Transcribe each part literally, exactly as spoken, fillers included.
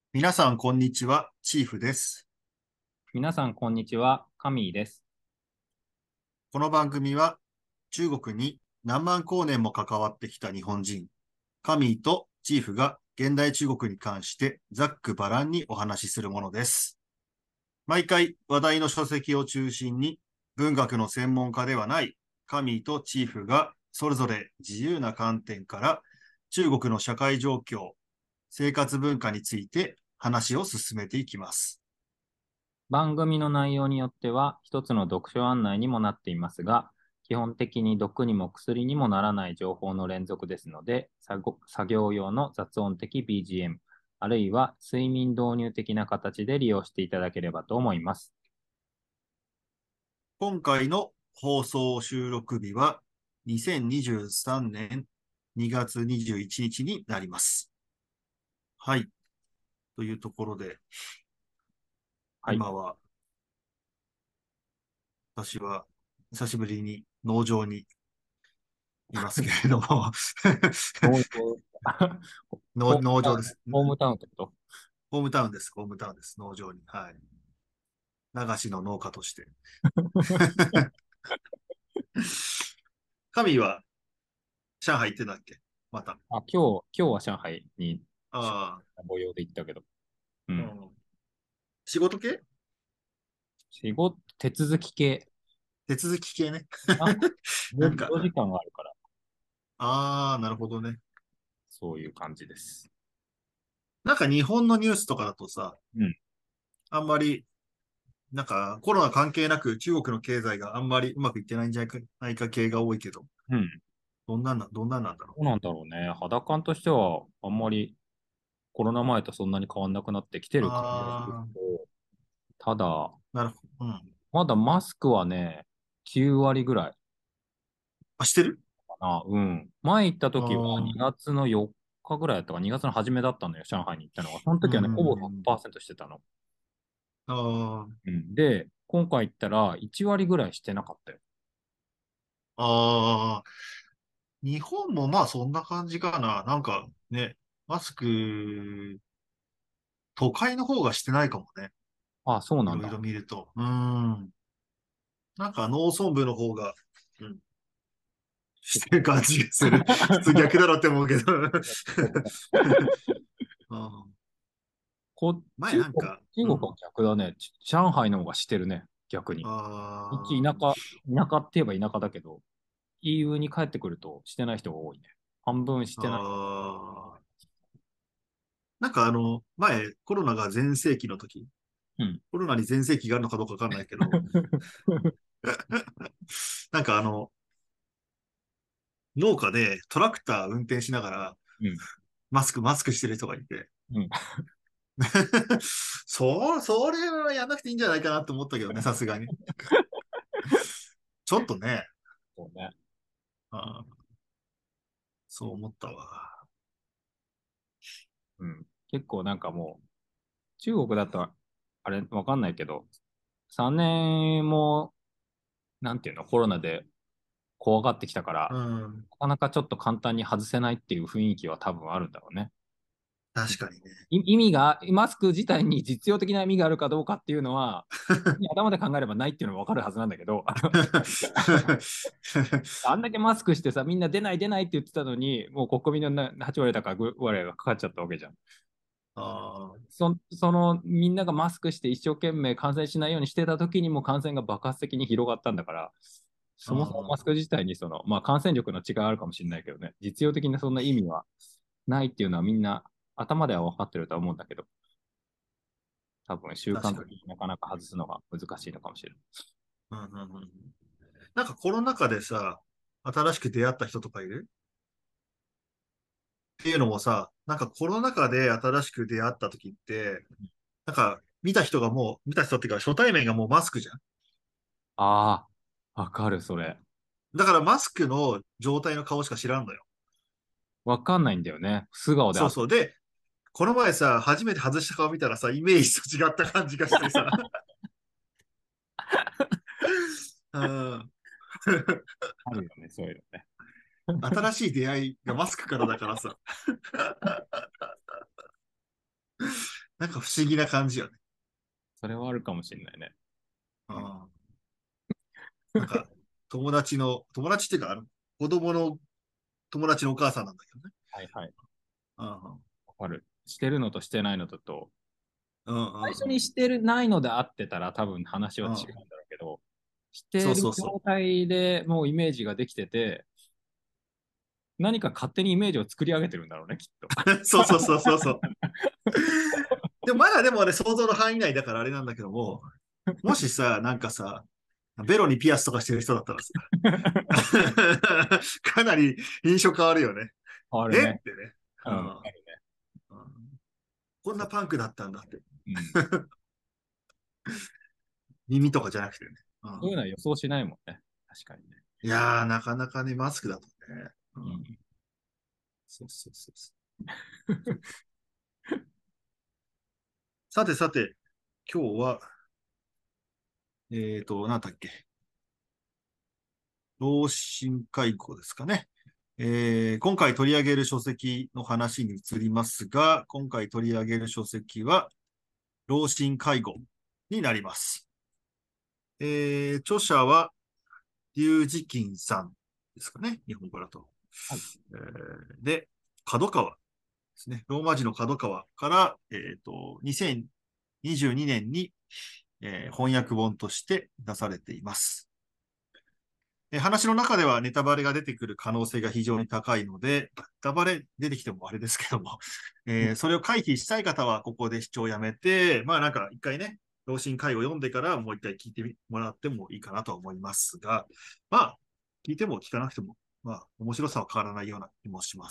皆さん、こんにちは。チーフです。 皆さん、こんにちは。カミーです。 この番組は、中国に何万光年も関わってきた日本人、カミーとチーフが現代中国に関してざっくばらんにお話しするものです。毎回、話題の書籍を中心に、文学の専門家ではないカミーとチーフが、それぞれ自由な観点から中国の社会状況、生活文化について話を進めていきます。 番組の内容によっては、一つの読書案内にもなっていますが、基本的に毒にも薬にもならない情報の連続ですので、作作業用の雑音的 ビージーエム、あるいは睡眠導入的な形で利用していただければと思います。 今回の放送収録日はにせんにじゅうさんねんにがつにじゅういちにちにちになります。はい。というところで、 はい。 今は私は久しぶりに農場にいますけれども農場ホ農、 ームタウン、 農場です。 ホームタウンってこと？ ホームタウンです。ホームタウンです。農場に。はい。流しの農家として。神は上海行ってたっけまた。 あ、今日、今日は上海に出あ張模様で行ったけど。うあ、うん。 ん。仕事系仕事、手続き系。 手続き系ね。 なんか、 なんか、 移動時間があるから、 ああ、なるほどね。 そういう感じです。 なんか日本のニュースとかだとさ、 うん。 あんまり、なんかコロナ関係なく中国の経済があんまりうまくいってないんじゃないか、ないか系が多いけど、 うん。 どんなんな、どんなんなんだろどうなんだろうね。肌感としては、あんまりコロナ前とそんなに変わんなくなってきてう。 る感じがするああ、 けど、ただ、 なるほど。うん。 まだマスクはね、きゅう割ぐらいあ、してるかな。うん。前行ったあ時はあ、 にがつのよっかぐらいだったか、にがつの初めだったのよ、上海に行ったのが。そのうん、う時はね、ほぼん、 ひゃくパーセントしてたの。 あうん。で、今回行ったらいち割ぐらいしてなかったよ。 あ、ああ、日本もまあそんな感じかな。なんかね、マスク、都会の方がしてないかもね。 あ、そうなんだ。 いろいろ見ると。うん。なんか農村部の方が、うん、してる感じがする。普通逆だろって思うけどうんこ、中国、 前なんか、うん。 中国は逆だね。ち上海の方がしてるね、逆に。こっち田あ舎、田舎って言えば田舎だけど、イーユー に帰ってくるとしてない人が多いね。半分しあ、 てない。 ああ。なんかあの、前、コロナが全盛期の時、 うん。 コロナに全盛期があるのかどうかわかんないけど、なんかあの、農家でトラクター運転しながら、 うん。 マスク、マスクしてる人がいて、 うん。 そう、それはやんなくていいんじゃないかなと思ったけどね、さすがに。ちょっとね、 そうね。 あーそう思ったわ。 うん。結構なんかもう、中国だと、あれ、わかんないけど、さんねんも、なんていうの、コロナで怖がってきたから、 うん、 なかなかちょっと簡単に外せないっていう雰囲気は多分あるんだろうね。 確かにね。 い意味が、マスク自体に実用的な意味があるかどうかっていうのは、頭で考えればないっていうのは分かるはずなんだけど、あんだけマスクしてさ、みんな出ない出ないって言ってたのに、もう国民のはち割だかぐ割がかかっちゃったわけじゃん。 ああ、 そ、そのみんながマスクして一生懸命感染しないようにしてた時にも感染が爆発的に広がったんだから、そもそもマスクあ自体にその、まあ感染力の違いはあるかもしれないけどね、実用的なそんな意味はないっていうのはみんな頭では分かってるとは思うんだけど、多分習あ、確かに。 慣的になかなか外すのが難しいのかもしれない。 うんうんうん、なんかコロナ禍でさ、新しく出会った人とかいるっていうのもさ、なんかコロナ禍で新しく出会った時って、なんか見た人がもう、見た人っていうか初対面がもうマスクじゃん。 ああ、わかる、それ。 だからマスクの状態の顔しか知らんのよ。 わかんないんだよね。素顔であっそうそう。で、この前さ、初めて外した顔見たらさ、イメージと違った感じがしてさ、うん、 あるよね、そういうのね。 新しい出会いがマスクからだからさ、 なんか不思議な感じよね。 それはあるかもしれないね。 うん、なんか、友達の、友達っていうか、あの、子供の友達のお母さんなんだけどね。 はいはい。 うん、 わかる。してるのとしてないのとと、 うん、うん、 最初うん。 にしてるないので会ってたら多分話は違うんだろうけど、してるそうそうそ状態でもうイメージができてて、何か勝手にイメージを作り上げてるんだろうね、きっと。 う。そうそうそうそうそう。でもまだでもね、想像の範囲内だからあれなんだけども、もしさ、なんかさ、ベロにピアスとかしてる人だったらさ、かなり印象変わるよね。 変わるね。 えってね、 うん、変うん。 わるね。 うん、こんなパンクだったんだって。 うん。 耳とかじゃなくてね。うん、 そういうのは予想しないもんね。確かにね。 いやー、なかなかね、マスクだとね。うん、 うん。 そうそうそうそう。さてさて、今日は、えっと、なんだっけ、老人介護ですかね。えー今回取り上げる書籍の話に移りますが、今回取り上げる書籍は、老人介護になります。えー著者は、劉慈欣さんですかね、日本語だと。 はい。 えーで、角川ですね。ローマ字の角川から、えっと、にせんにじゅうにねんに、えー翻訳本として出されています。えー話の中ではネタバレが出てくる可能性が非常に高いので、ネタバレ出てきてもあれですけども、えーそれを回避したい方はここで視聴をやめて、まあなんか一回ね、老人介護を読んでからもう一回聞いてもらってもいいかなと思いますが、まあ、聞いても聞かなくても、まあ、面白さは変わらないような気もします。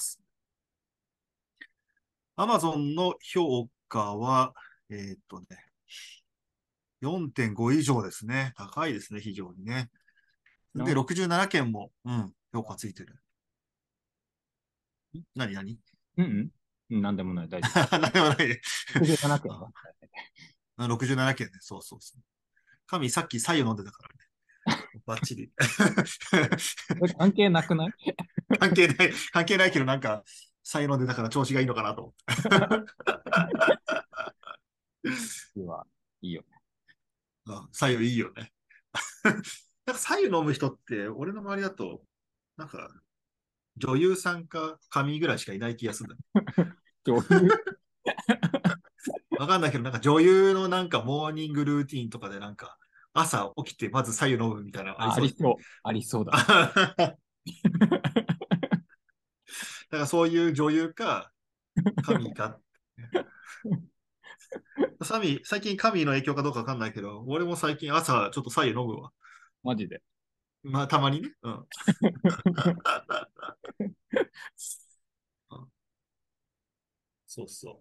アマゾンの評価は、えーっとね、よんてんご以上ですね。高いですね、非常にね。で、 よろくじゅうななけんも、うん、評価ついてる。何何うんうん。なんでもない、大丈夫。 何でもないね。 ろくじゅうななけんね。 あろくじゅうななけんね。そうそうそう。神、さっき白湯飲んでたからね。バッチリ。 これ関係なくない？ 関係ない、関係ないけど、なんか、白湯飲んでたから調子がいいのかなと思って。 いいわ。いいよね。 うん、白湯いいよね。なんか白湯飲む人って、俺の周りだと、なんか、女優さんか神ぐらいしかいない気がするんだ。 女優。 わかんないけど、なんか女優のなんかモーニングルーティーンとかでなんか、朝起きてまず白湯飲むみたいなのありあ、あそうじりそう。ありそうだね。 ゃん。だからそういう女優か、神か。サミ、最近神の影響かどうかわかんないけど、俺も最近朝ちょっと白湯飲むわ。 マジで。 まあ、たまにね。うん。そうそう。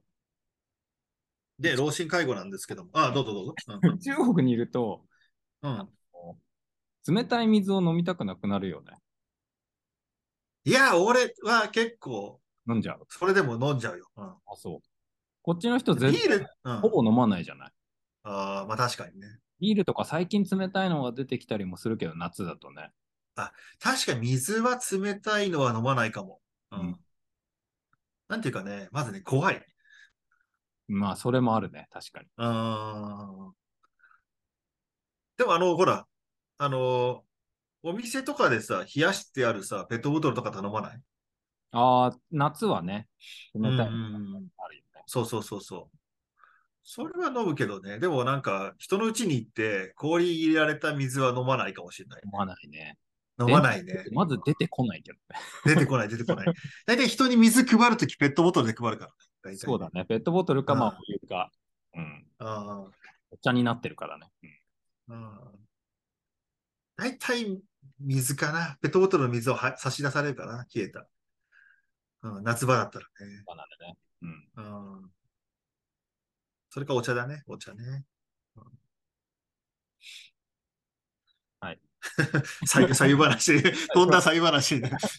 で、老人介護なんですけども。あ、どうぞどうぞ。うん。 中国にいると、あうん。 の冷たい水を飲みたくなくなるよね。 いや、俺は結構、 飲んじゃう。 それでも飲んじゃうよ。うあ、そう。こっちの人ん。ビ絶対ール、うん。 ほぼ飲まないじゃない。 ああ、まあ確かにね。 ビールとか最近冷たいのが出てきたりもするけど、夏だとね。 あ、確かに水は冷たいのは飲まないかも。ううん。 ん。なんていうかね、まずね、怖い。 まあ、それもあるね。確かに。 うーん。でもあの、ほら、あの、お店とかでさ、冷やしてあるさ、ペットボトルとか頼まない？ ああ、夏はね、 うんうん冷たいのうん。 あるよね。 そうそうそうそう。それは飲むけどね。でもなんか、人の家に行って氷入れられた水は飲まないかもしれないね。 飲まないね。 飲ま電ないね。 まず出てこないけどね。 出てこない、出てこない。大体人に水配るときペットボトルで配るからね。大体ね。 そうだね。ペットボトルか、まあ、おうん。 湯か。うん。 あお茶になってるからね。うん。 あ、うん。大体水かな。ペットボトルの水をは差し出されるかな。冷えた。うん、夏場だったらね。 バナナね。うん。 うん。それかお茶だね。お茶ね。うん、 はい。 さゆ、さゆ話。飛んださゆ話。い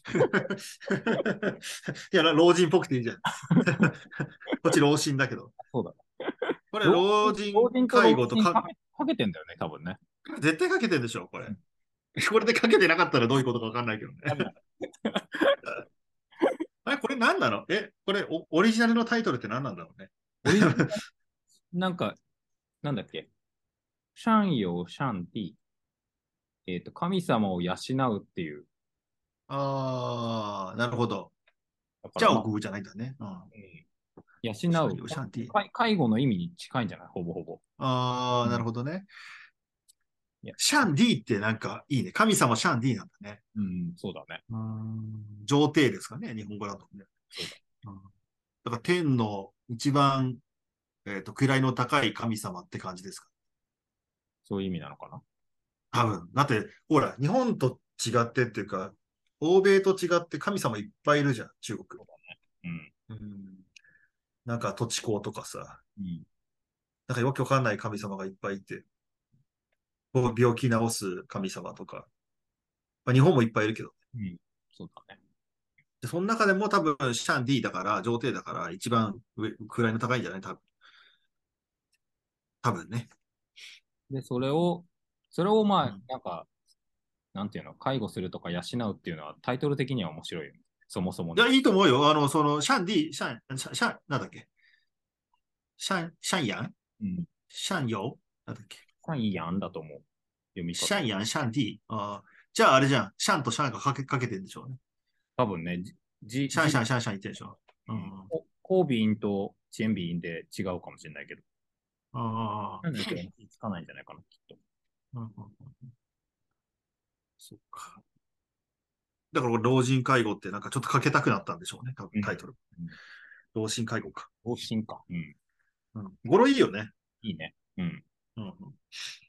や、老人っぽくていいじゃん。こっち老人だけど。 そうだ。 これ、 老老人、老人人と老介護とか、 人かけ、かけてんだよね、多分ね。 絶対かけてんでしょ、これ。 うん。 これでかけてなかったらどういうことかわかんないけどね。 わかんない。 あれ、これ何なの？え、これオ、オリジナルのタイトルって何なんだろうね。 オリジナルなんか、なんだっけ。シャンヨーシャンティ。えっと、神様を養うっていう。 ああ、なるほど。 だからまあ、 じゃあ、グーじゃないんだね。うん。 うん、養う。 シャンヨシャンティ。 介介護の意味に近いんじゃないほぼほぼ。 ああ、なるうん。 ほどね。 いや、 シャンディってなんかいいね。神様シャンディなんだね。 うん、そうだね。 うん。上帝ですかね、日本語だとね。 そうだ。 うん、だから天の一番、えっと、位の高い神様って感じですか。 そういう意味なのかな。 多分。だって、ほら、日本と違ってっていうか、欧米と違って神様いっぱいいるじゃん、中国。 そうだね。うん。 うん。なんか土地公とかさ、 うん。 なんかわけわかんない神様がいっぱいいて、こう病気治す神様とか、まあ、日本もいっぱいいるけど、 うん。そうだね。 で、その中でも多分シャンディだから、上帝だから一番上、位の高いんじゃない多分。多分ね。 で、それを、それをまあ、 うん。 なんか、なんていうの、介護するとか養うっていうのはタイトル的には面白いよね。そもそもね。 いや、いいと思うよ。あの、その、シャンディ、シャン、シャン、シャンなんだっけシャン、シャンヤンうん。 シャンヨなんだっけまあいいやんだと思う。読み方。 シャンヤン、シャンディ。ああ。じゃああれじゃん。シャンとシャンがかけ、かけてんでしょうね。 多分ね、じ、 シャンシじ、 ャンシャンシャン言ってんでしょ。 うん。 うん。 ココービーンとチェンビーンで違うかもしれないけど。 ああ。 なんだけど、つかないんじゃないかな、きっと。 うんうんうん、そっか。だから老人介護ってなんかちょっとかけたくなったんでしょうね。多分うん。 タイトル。 うん。 老人介護か。 方針か。うん。 うん。語呂いいよね。 いいね。うん。 うんうん。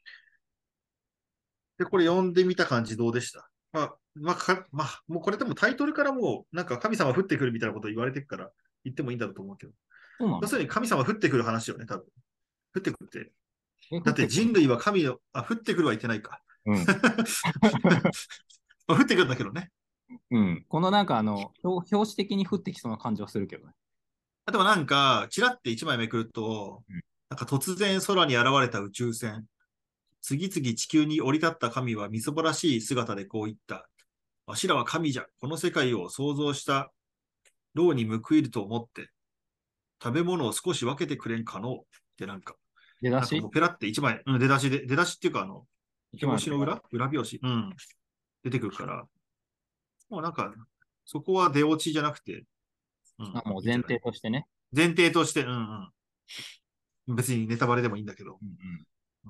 で、これ読んでみた感じどうでした？まあ、まあ、か、まあ、もうこれでもタイトルからもう、なんか神様降ってくるみたいなこと言われてるから、言ってもいいんだろうと思うけど。 そうなの？ 要するに神様降ってくる話よね、多分。降ってくるって。 え、降だってってくる？ 人類は神を、あ、降ってくるは言ってないか。 うん。 まあ降ってくるんだけどね。 うん。このなんかあの、表表紙的に降ってきそうな感じはするけどね。 あとはなんか、ちらって一枚めくると、 うん。 なんか突然空に現れた宇宙船。次々地球に降り立った神はみそぼらしい姿でこう言った。わしらは神じゃ。この世界を創造した老に報いると思って、食べ物を少し分けてくれんかのってなんか、 出だしなんかもうペラって一枚、うん、出だしで、出だしっていうかあの、 一枚の手紙。 表紙の裏裏表紙うん。出てくるから、もうなんか、そこは出落ちじゃなくて、うん、 あ、もう前いいんじゃない？ 提としてね。 前提として、うんうん。別にネタバレでもいいんだけど。 うんうん。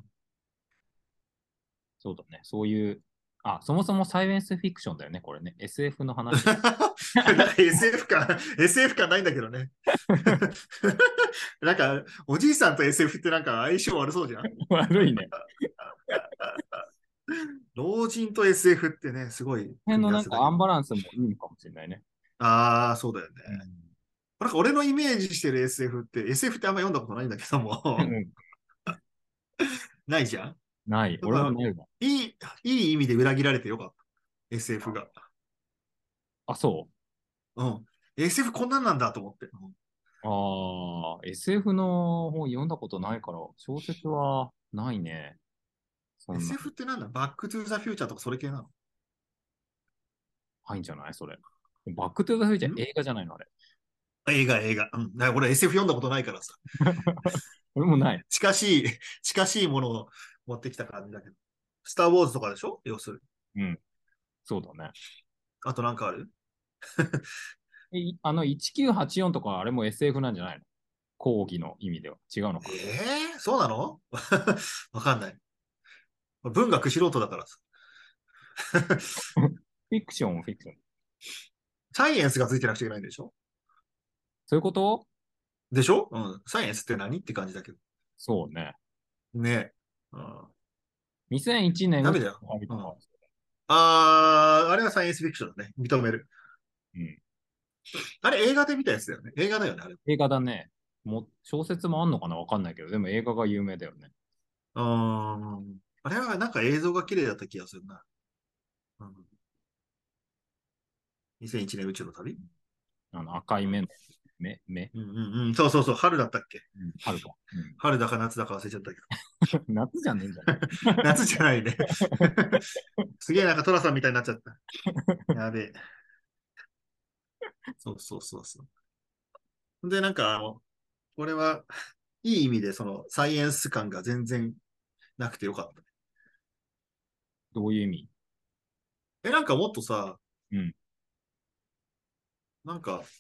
そうだね。そういう、あ、そもそもサイエンスフィクションだよね、これね。エスエフ の話。 なんか エスエフ 感、エスエフ 感ないんだけどね。なんか、おじいさんと エスエフ ってなんか相性悪そうじゃん。 悪いね。 老人と エスエフ ってね、すごいこの辺組みのなんかア合わせだけど。 ンバランスもいいのかもしれないね。 ああ、そうだよね。 うん。 なんか俺のイメージしてる エスエフ って、エスエフ ってあんま読んだことないんだけども、 うん。 ないじゃん。 ない。 だから、 俺もないわ。 いい、いい意味で裏切られてよかった。エスエフ が。 あ、そうん。エスエフ こんなんなんだと思って。うん、 う。ああ、エスエフ の本読んだことないから、小説はないね。そんなエスエフ ってなんだ？バックトゥーザフューチャーとかそれ系なないんじゃないそれ。バックトゥーザフューチャーの？ん、 映画じゃないのあれ。 映画、映画。うん。だから俺 エスエフ 読んだことないからさ。 俺もない。 近しい、近しいものを持ってきた感じだけど。スター・ウォーズとかでしょ要するに。 うん。そうだね。 あとなんかある？ えいあの、いちきゅうはちよんとかあれも エスエフ なんじゃないの？講義の意味では。違うのか。 ええー、そうなの？わかんない。文学素人だからさ。 フィクション、フィクション。 サイエンスがついてなくちゃいけないんでしょ？ そういうこと？ でしょ？うん。サイエンスって何って感じだけど。 そうね。 ね。うん。 にせんいちねん宇宙ダメだよ。 の旅うん。 とか。 あー、あれはサイエンスフィクションだね。認める。 うん。 あれ映画で見たやつだよね。映画だよね、あれ。 映画だね。も、小説もあんのかなわかんないけど、でも映画が有名だよね。 うーん。あれはなんか映像が綺麗だった気がするな。うん、にせんいちねん宇宙の旅。 あの赤い目の、目、目、 うんうんうん。そうそうそう。春だったっけ？ うん、春か。うん。 春だか夏だか忘れちゃったけど。 夏じゃねえんじゃね夏じゃないね。すげえなんかトラさんみたいになっちゃった。やべえ。そうそうそうそう。で、なんかあの、これはいい意味でそのサイエンス感が全然なくてよかった。 どういう意味？ え、なんかもっとさ、 うん。 なんか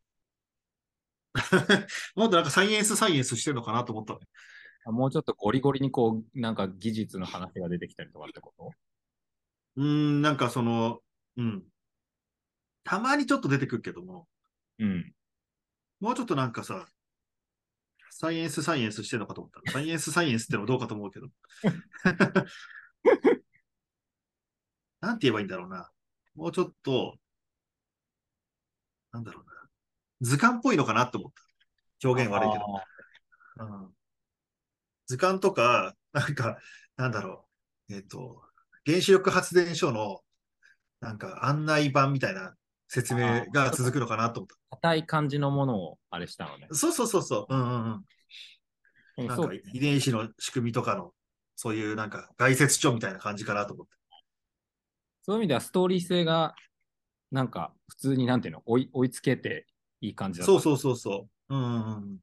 もっとなんかサイエンスサイエンスしてるのかなと思ったね。 あ、もうちょっとゴリゴリにこう、なんか技術の話が出てきたりとかってこと？ うーん、なんかその、うん。たまにちょっと出てくるけども、 うん。 もうちょっとなんかさ、サイエンスサイエンスしてるのかと思った。サイエンスサイエンスってのはどうかと思うけど。なんて言えばいいんだろうな。もうちょっと、なんだろうな。図鑑っぽいのかなって思った。 あ表現悪いけど。 あ、 うん、図鑑とか、なんか、なんだろう。えっと、原子力発電所の、なんか案内板みたいな説明がちょっと続くのかなと思っ硬い感じのものをあれしたのね。 た。そうそうそうそう。うんうんうん。なんかでもそう、 遺伝子の仕組みとかの、そういうなんか概説書みたいな感じかなと思って。 そういう意味ではストーリー性が、なんか普通になんていうの、追い、追いつけていい感じだった。 そうそうそうそう。うんうんうん。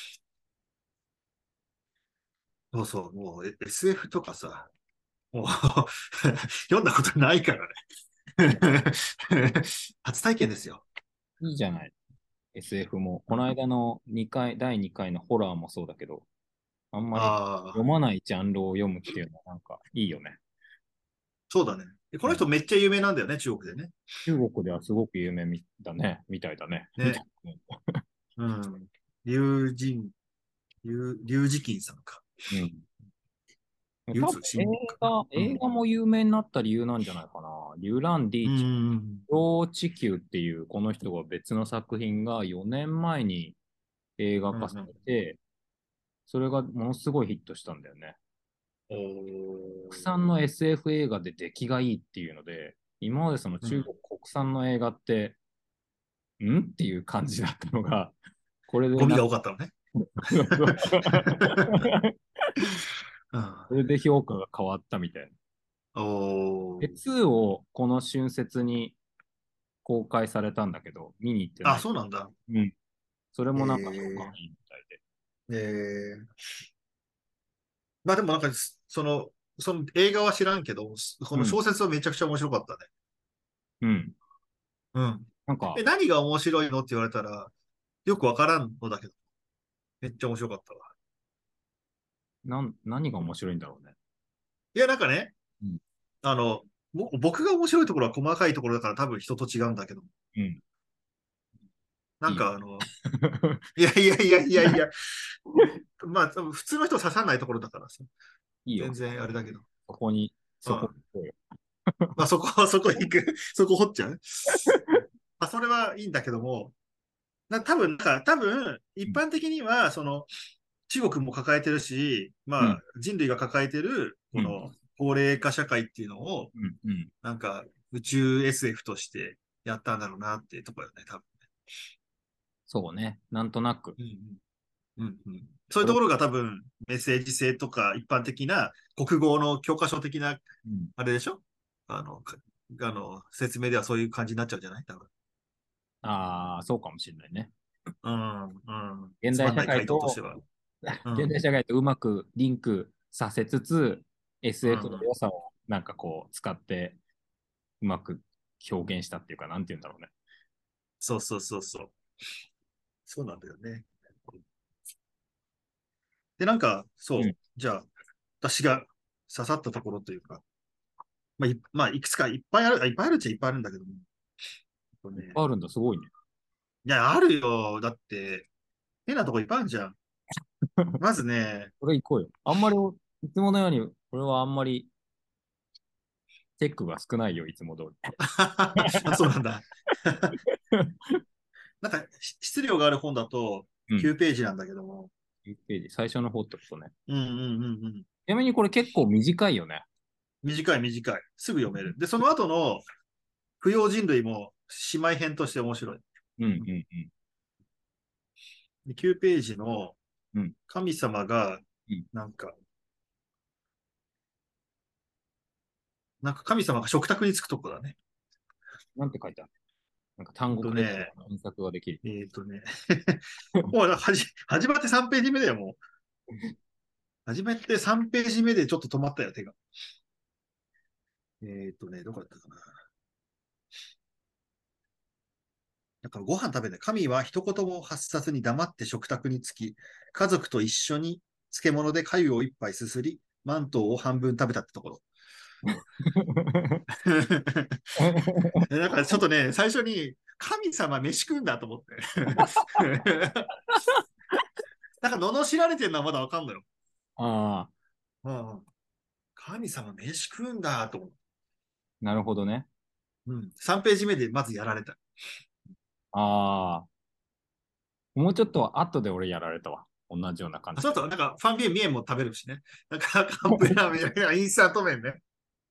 そうそう。もうえ エスエフ とかさ、もう読んだことないからね。初体験ですよ。 いいじゃない。エスエフ も。この間のにかい、だいにかいのホラーもそうだけど、あんまりああ、 読まないジャンルを読むっていうのはなんかいいよね。 そうだね。こうん、 の人めっちゃ有名なんだよね、中国でね。 中国ではすごく有名みだね。みたいだね。みたね。 いなね。 うん。劉人、劉、劉慈欣さんか。 うん。多分劉津映新かな。 画、 うん。 映画も有名になった理由なんじゃないかな。リュウラン・デうィーん。 超地球っていうこの人が別の作品がよねんまえに映画化さうんうん。 れて、それがものすごいヒットしたんだよね。 お国産の エスエフ 映画で出来がいいっていうので、今までそのうん。 中国国産の映画って、んっていう感じだったのが、これでゴミなんかが多かったのね。うん。 それで評価が変わったみたいな。で、 おー。 ツーをこの春節に公開されたんだけど、見に行ってなあ、 い。 そうなんだ。 うん。それえもなんか評価がー、 いいみたいで。 えー、まあでもなんか、その、その映画は知らんけど、こうん。 の小説はめちゃくちゃ面白かったね。 うん。 うん。 なんか、 え、何が面白いのって言われたら、よくわからんのだけど、めっちゃ面白かったわ。 なん、何が面白いんだろうね。 いや、なんかね、 うん。 あの、ぼ僕が面白いところは細かいところだから多分人と違うんだけど、 うん。 なんいいよ。 かあの、いやいやいやいやいや、まあ、多分普通の人刺さないところだからさ、 いいよ。 全然あれだけど。 そこに、そこうん。 に行こうよ。 まあそこ、そこ行く、そこ掘っちゃう。まあそれはいいんだけども、な多分、なんか多分、一うん。 般的には、その、中国も抱えてるし、まあうん。 人類が抱えてる、 うん。 この高齢化社会っていうのを、 うん。うん。 なんか宇宙 エスエフ としてやったんだろうなっていうところよね、多分。 そうね。なんとなく。 うんうんうんうん、そういうこれ、 ところが多分メッセージ性とか一般的な国語の教科書的な、 うん。 あれでしょ、あの、かあの、説明ではそういう感じになっちゃうんじゃない多分。 ああ、そうかもしれないね。 うん、うん。 現代社つまんない回答とし会と、 ては。う現代ん、 社会とうまくリンクさせつつ、 うん、 エスエフ のうん。 良さをなんかこう使ってうまく表現したっていうか、なんて言うんだろうね。 そうそうそうそう。そうなんだよね。で、なんか、 うん。いっそう。じゃあ、私が刺さったところというか、まあ、い、まあ、いくつかいっぱいある、あいっぱいあるっちゃいっぱいあるんだけども。とね、 ぱいあるんだ、すごいね。 いや、あるよ。だって、変なとこいっぱいあるじゃん。まずね、 これ行こうよ。あんまり、いつものように、これはあんまりチェックが少ないよ、いつも通り。 あ、そうなんだ。なんか、し質量がある本だとうん。 きゅうページなんだけども。 いちページ、最初の方ってことね。 うんうんうんうん。 ちなみにこれ結構短いよね。 短い短い。すぐ読める。で、その後の不要人類も姉妹編として面白い。 うんうんうん。 できゅうページのうん。 神様が、 うん。 なんか、なんか神様が食卓に着くとこだね。 なんて書いてある？なんか単ほん語とね、 ページとか検索ができる。 えっとね、もうはじ始まってさんページ目だよ、もう。 初めてさんページ目でちょっと止まったよ、手が。えーっとね、どこだったかな。だからご飯食べて、神は一言も発さずに黙って食卓につき、家族と一緒に漬物で粥を一杯すすり、マントを半分食べたってところ。だからちょっとね、最初に神様飯食うんだと思って。なんか罵られてるのはまだわかんないよ。 ああ、 うん、神様飯食うんだと思って。 なるほどね。 うん、さんページ目でまずやられた。 ああ、もうちょっと後で俺やられたわ。同じような感あ、 じで。 そうと、なんかファンビエン麺も食べるしね。なんかカップラーメンやインスタント麺ね。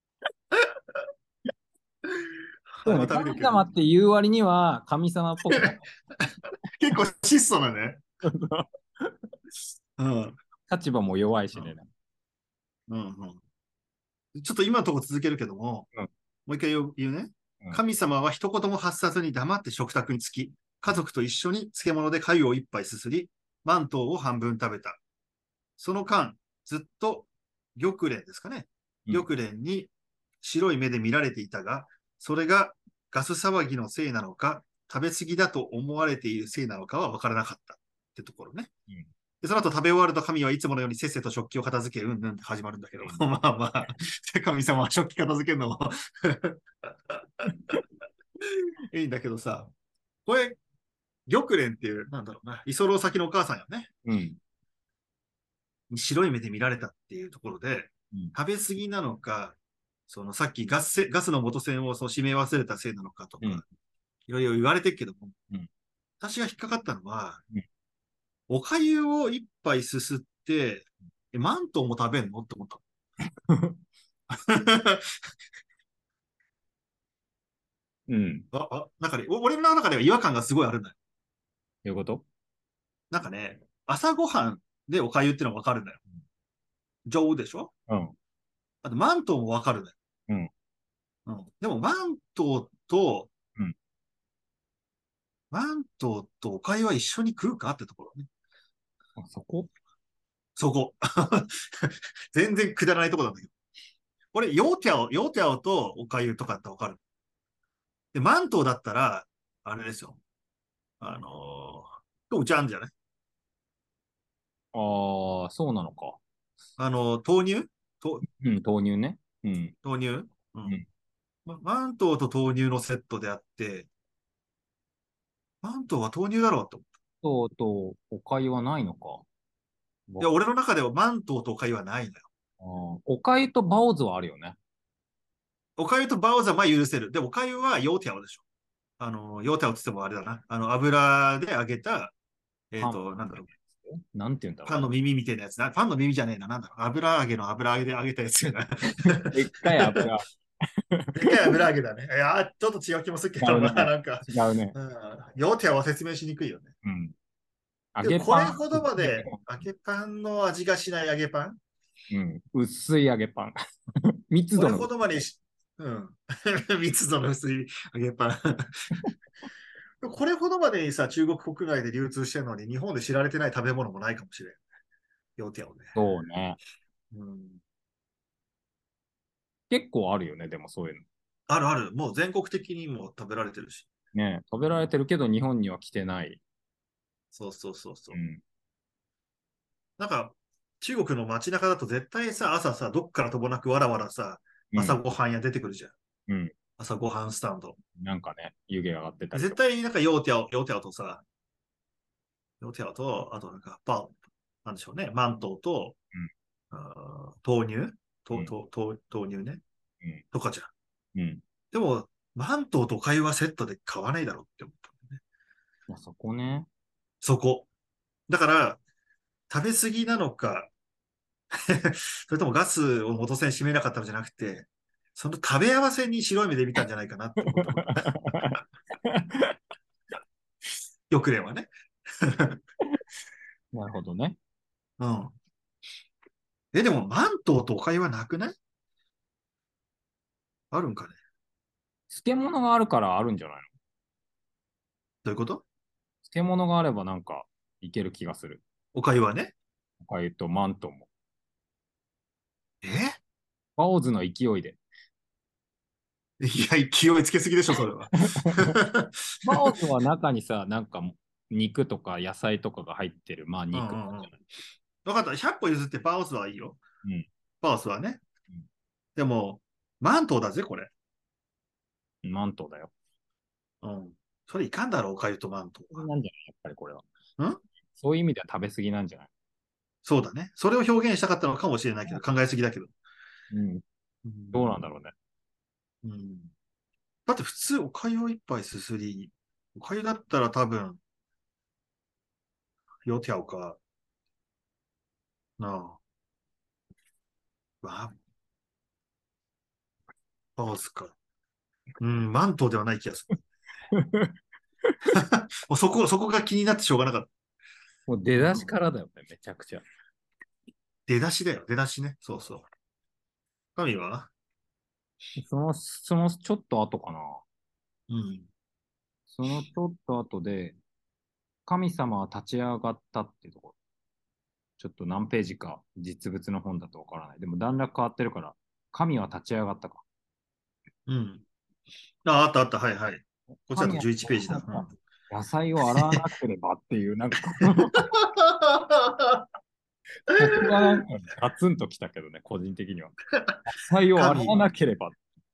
あれもそうね、 食べるけど、 神様って言う割には神様っぽくない。 結構質素なね。うん。 立場も弱いしね。 うん。うん。ちょっと今のところ続けるけども、 うん、 もう一回言う言うね。 うん、 神様は一言も発さずに黙って食卓につき、家族と一緒に漬物で粥を一杯すすり、マントを半分食べた。その間、ずっと玉蓮ですかね。 うん。 玉蓮に白い目で見られていたが、それがガス騒ぎのせいなのか、食べ過ぎだと思われているせいなのかは分からなかったってところね。 うん、 で、その後食べ終わると神はいつものようにせっせと食器を片付け、うんうんって始まるんだけど、 うん。 まあまあ、神様は食器片付けるのもいいんだけどさ、これ、玉蓮っていう、なんだろうな、居候先のお母さんよね。 うん。 白い目で見られたっていうところで、 うん。 食べ過ぎなのか、そのさっきガスせガスの元栓をその閉め忘れたせいなのかとうん。 か、いろいろ言われてるけども、 うん。 私が引っかかったのは、 うん。 お粥を一杯すすって、え、マントンも食べんのって思った。 うん。 あ、あ、なんかね、お俺の中では違和感がすごいあるんだよ。 どういうこと？ なんかね、朝ごはんでお粥ってのはわかるんだよ。上でしょ。 うん。 あと、マントンもわかるんだよ。 うん。 うん。でも、マントと、 うん。 マントとお粥は一緒に食うかってところね。 あそこ。 そこ。全然くだらないところなんだけど。俺、ヨーテャオ、ヨーテャオとお粥とかってわかる。で、マントだったら、あれですよ。あのー、うちあんじゃない。 ああ、そうなのか。 あのー、豆乳とうん、豆乳ね。うん。 豆乳うん。 うん。 まマントと豆乳のセットであって、マントは豆乳だろうと。 とうとう、お粥はないのか。 いや、 わ俺の中ではマントとお粥はないのよ。 あーお粥とバオズはあるよね。 お粥とバオザは許せる。で、お粥はヨーテャオでしょ。あの、ヨーテャオって言ってもあれだな。あの、油で揚げた、えっ、 パンと、なんだろう。 なんて言うんだろパンの耳みたいなやつな。パンの耳じゃねえな。なんだろう。油揚げの油揚げで揚げたやつやな。 う。でっかい油。 でかい油揚げだね。いや、ちょっと違う気もするけど、まあ違うね。 なんか、 違うね。 うん、ヨーテャオは説明しにくいよね。 うん。揚でもげパン。 これほどまで揚げパンの味がしない揚げパンうん。薄い揚げパン。密これ度の。 ほどまでし、うん。密度の薄い揚げパン。これほどまでにさ、中国国内で流通してるのに、日本で知られてない食べ物もないかもしれん。ヨーティアをね。 そうね。 うん。 結構あるよね、でもそういうの。 あるある。もう全国的にも食べられてるし。 ね、食べられてるけど日本には来てない。 そうそうそうそう。 うん。 なんか、中国の街中だと絶対さ、朝さ、どっからともなくわらわらさ、 うん。 朝ごはん屋出てくるじゃん。 うん。 朝ごはんスタンド。 なんかね、湯気上がってたりとか。 絶対なんかヨーティアオ、ヨーティアオとさ、ヨーティアオと、あとなんかパン、なんでしょうね、マントウと、あー豆乳と、 うん。 と、と、豆乳ね。 うん。 とかじゃん。 うん。うん。 でも、マントウと会話セットで買わないだろうって思ったんだよね。 まあ、そこね。 そこ。だから、食べ過ぎなのか、それともガスを元栓閉めなかったのじゃなくて、その食べ合わせに白い目で見たんじゃないかなって思ったこと。よくれはね。 なるほどね。 うん。え、でも、マントウとお粥はなくないあるんかね。 漬物があるからあるんじゃないの？ どういうこと？ 漬物があればなんかいける気がする。 お粥はね。 か言うとマントも。 えバオズの勢いで。 いや、勢いつけすぎでしょ、それは。 バオズは中にさ、なんか肉とか野菜とかが入ってる。まあうんう肉んうん。 じゃない。 わかった。ひゃっぽ譲ってバオスはいいよ。 うん。 バオスはね。 うでも、マントだぜ、これ。 ん、マントだよ。 うん。それいかんだろう、おかゆとマントなんじゃないやっぱりこれは。 は。んそういう意味では食べ過ぎなんじゃない？ そうだね。それを表現したかったのかもしれないけど、考えすぎだけど。 うん。 うどうなんん。 だろうね。 うん、だって普通、おかゆを一杯すすり、おかゆだったら多分、よ条か、なあ、わ、バオスか。うん、マントではない気がする。もうそこ、そこが気になってしょうがなかっもう出た。うだしん。 からだよね、めちゃくちゃ。 出だしだよ、出だしね。そうそう。神は。 その、そのちょっと後かな。 うん。 そのちょっと後で、神様は立ち上がったっていうところ。ちょっと何ページか実物の本だとわからない。でも段落変わってるから、神は立ち上がったか。 うん。あ、あったあった。はいはい。こっちだと神はじゅういちページだ。うん。 野菜を洗わなければっていう、なんかこのここがなんかガツンときたけどね、個人的には。野菜を洗わ神、 なければ。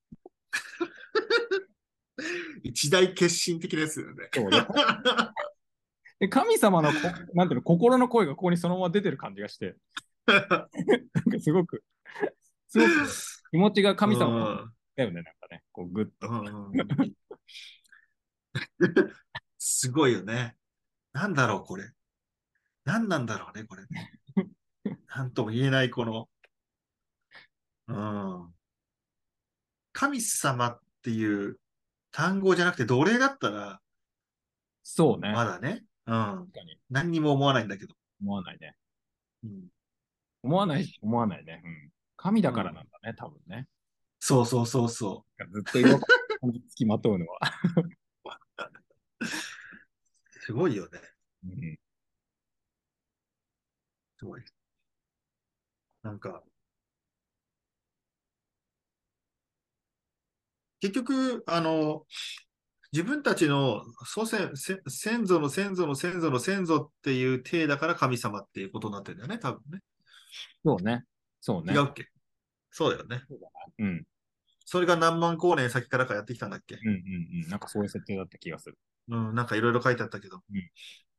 一大決心的ですよね。 そうで、で神様のこ、なんていうの、心の声がここにそのまま出てる感じがして、なんかすごく、すごく気持ちがう神様ん。 だよね、なんかね、こうグッうと。 ん。すごいよね。なんだろう、これ。何なんだろうね、これね。なんとも言えない、この、うん。神様っていう単語じゃなくて奴隷だったら、 そうね。 まだね。うん。 確かに何にも思わないんだけど。 思わないね。 うん。 思わない、思わないね。うん。神だからなうん。 んだね、多分ね。 そうそうそうそずっと違和感につきまとうのは。 う。すごいよね。 うん、 すごい。なんか、結局、あの、自分たちの祖先、せ先祖の先祖の先祖の先祖っていう体だから神様っていうことになってるんだよね、多分ね。 そうね。そうね。 違うっけ？そうだよね。 そうだな。うん。 それが何万光年先からかやってきたんだっけ？ うんうんうん。なんかそういう設定だった気がする。 うん、なんかいろいろ書いてあったけど。 うん。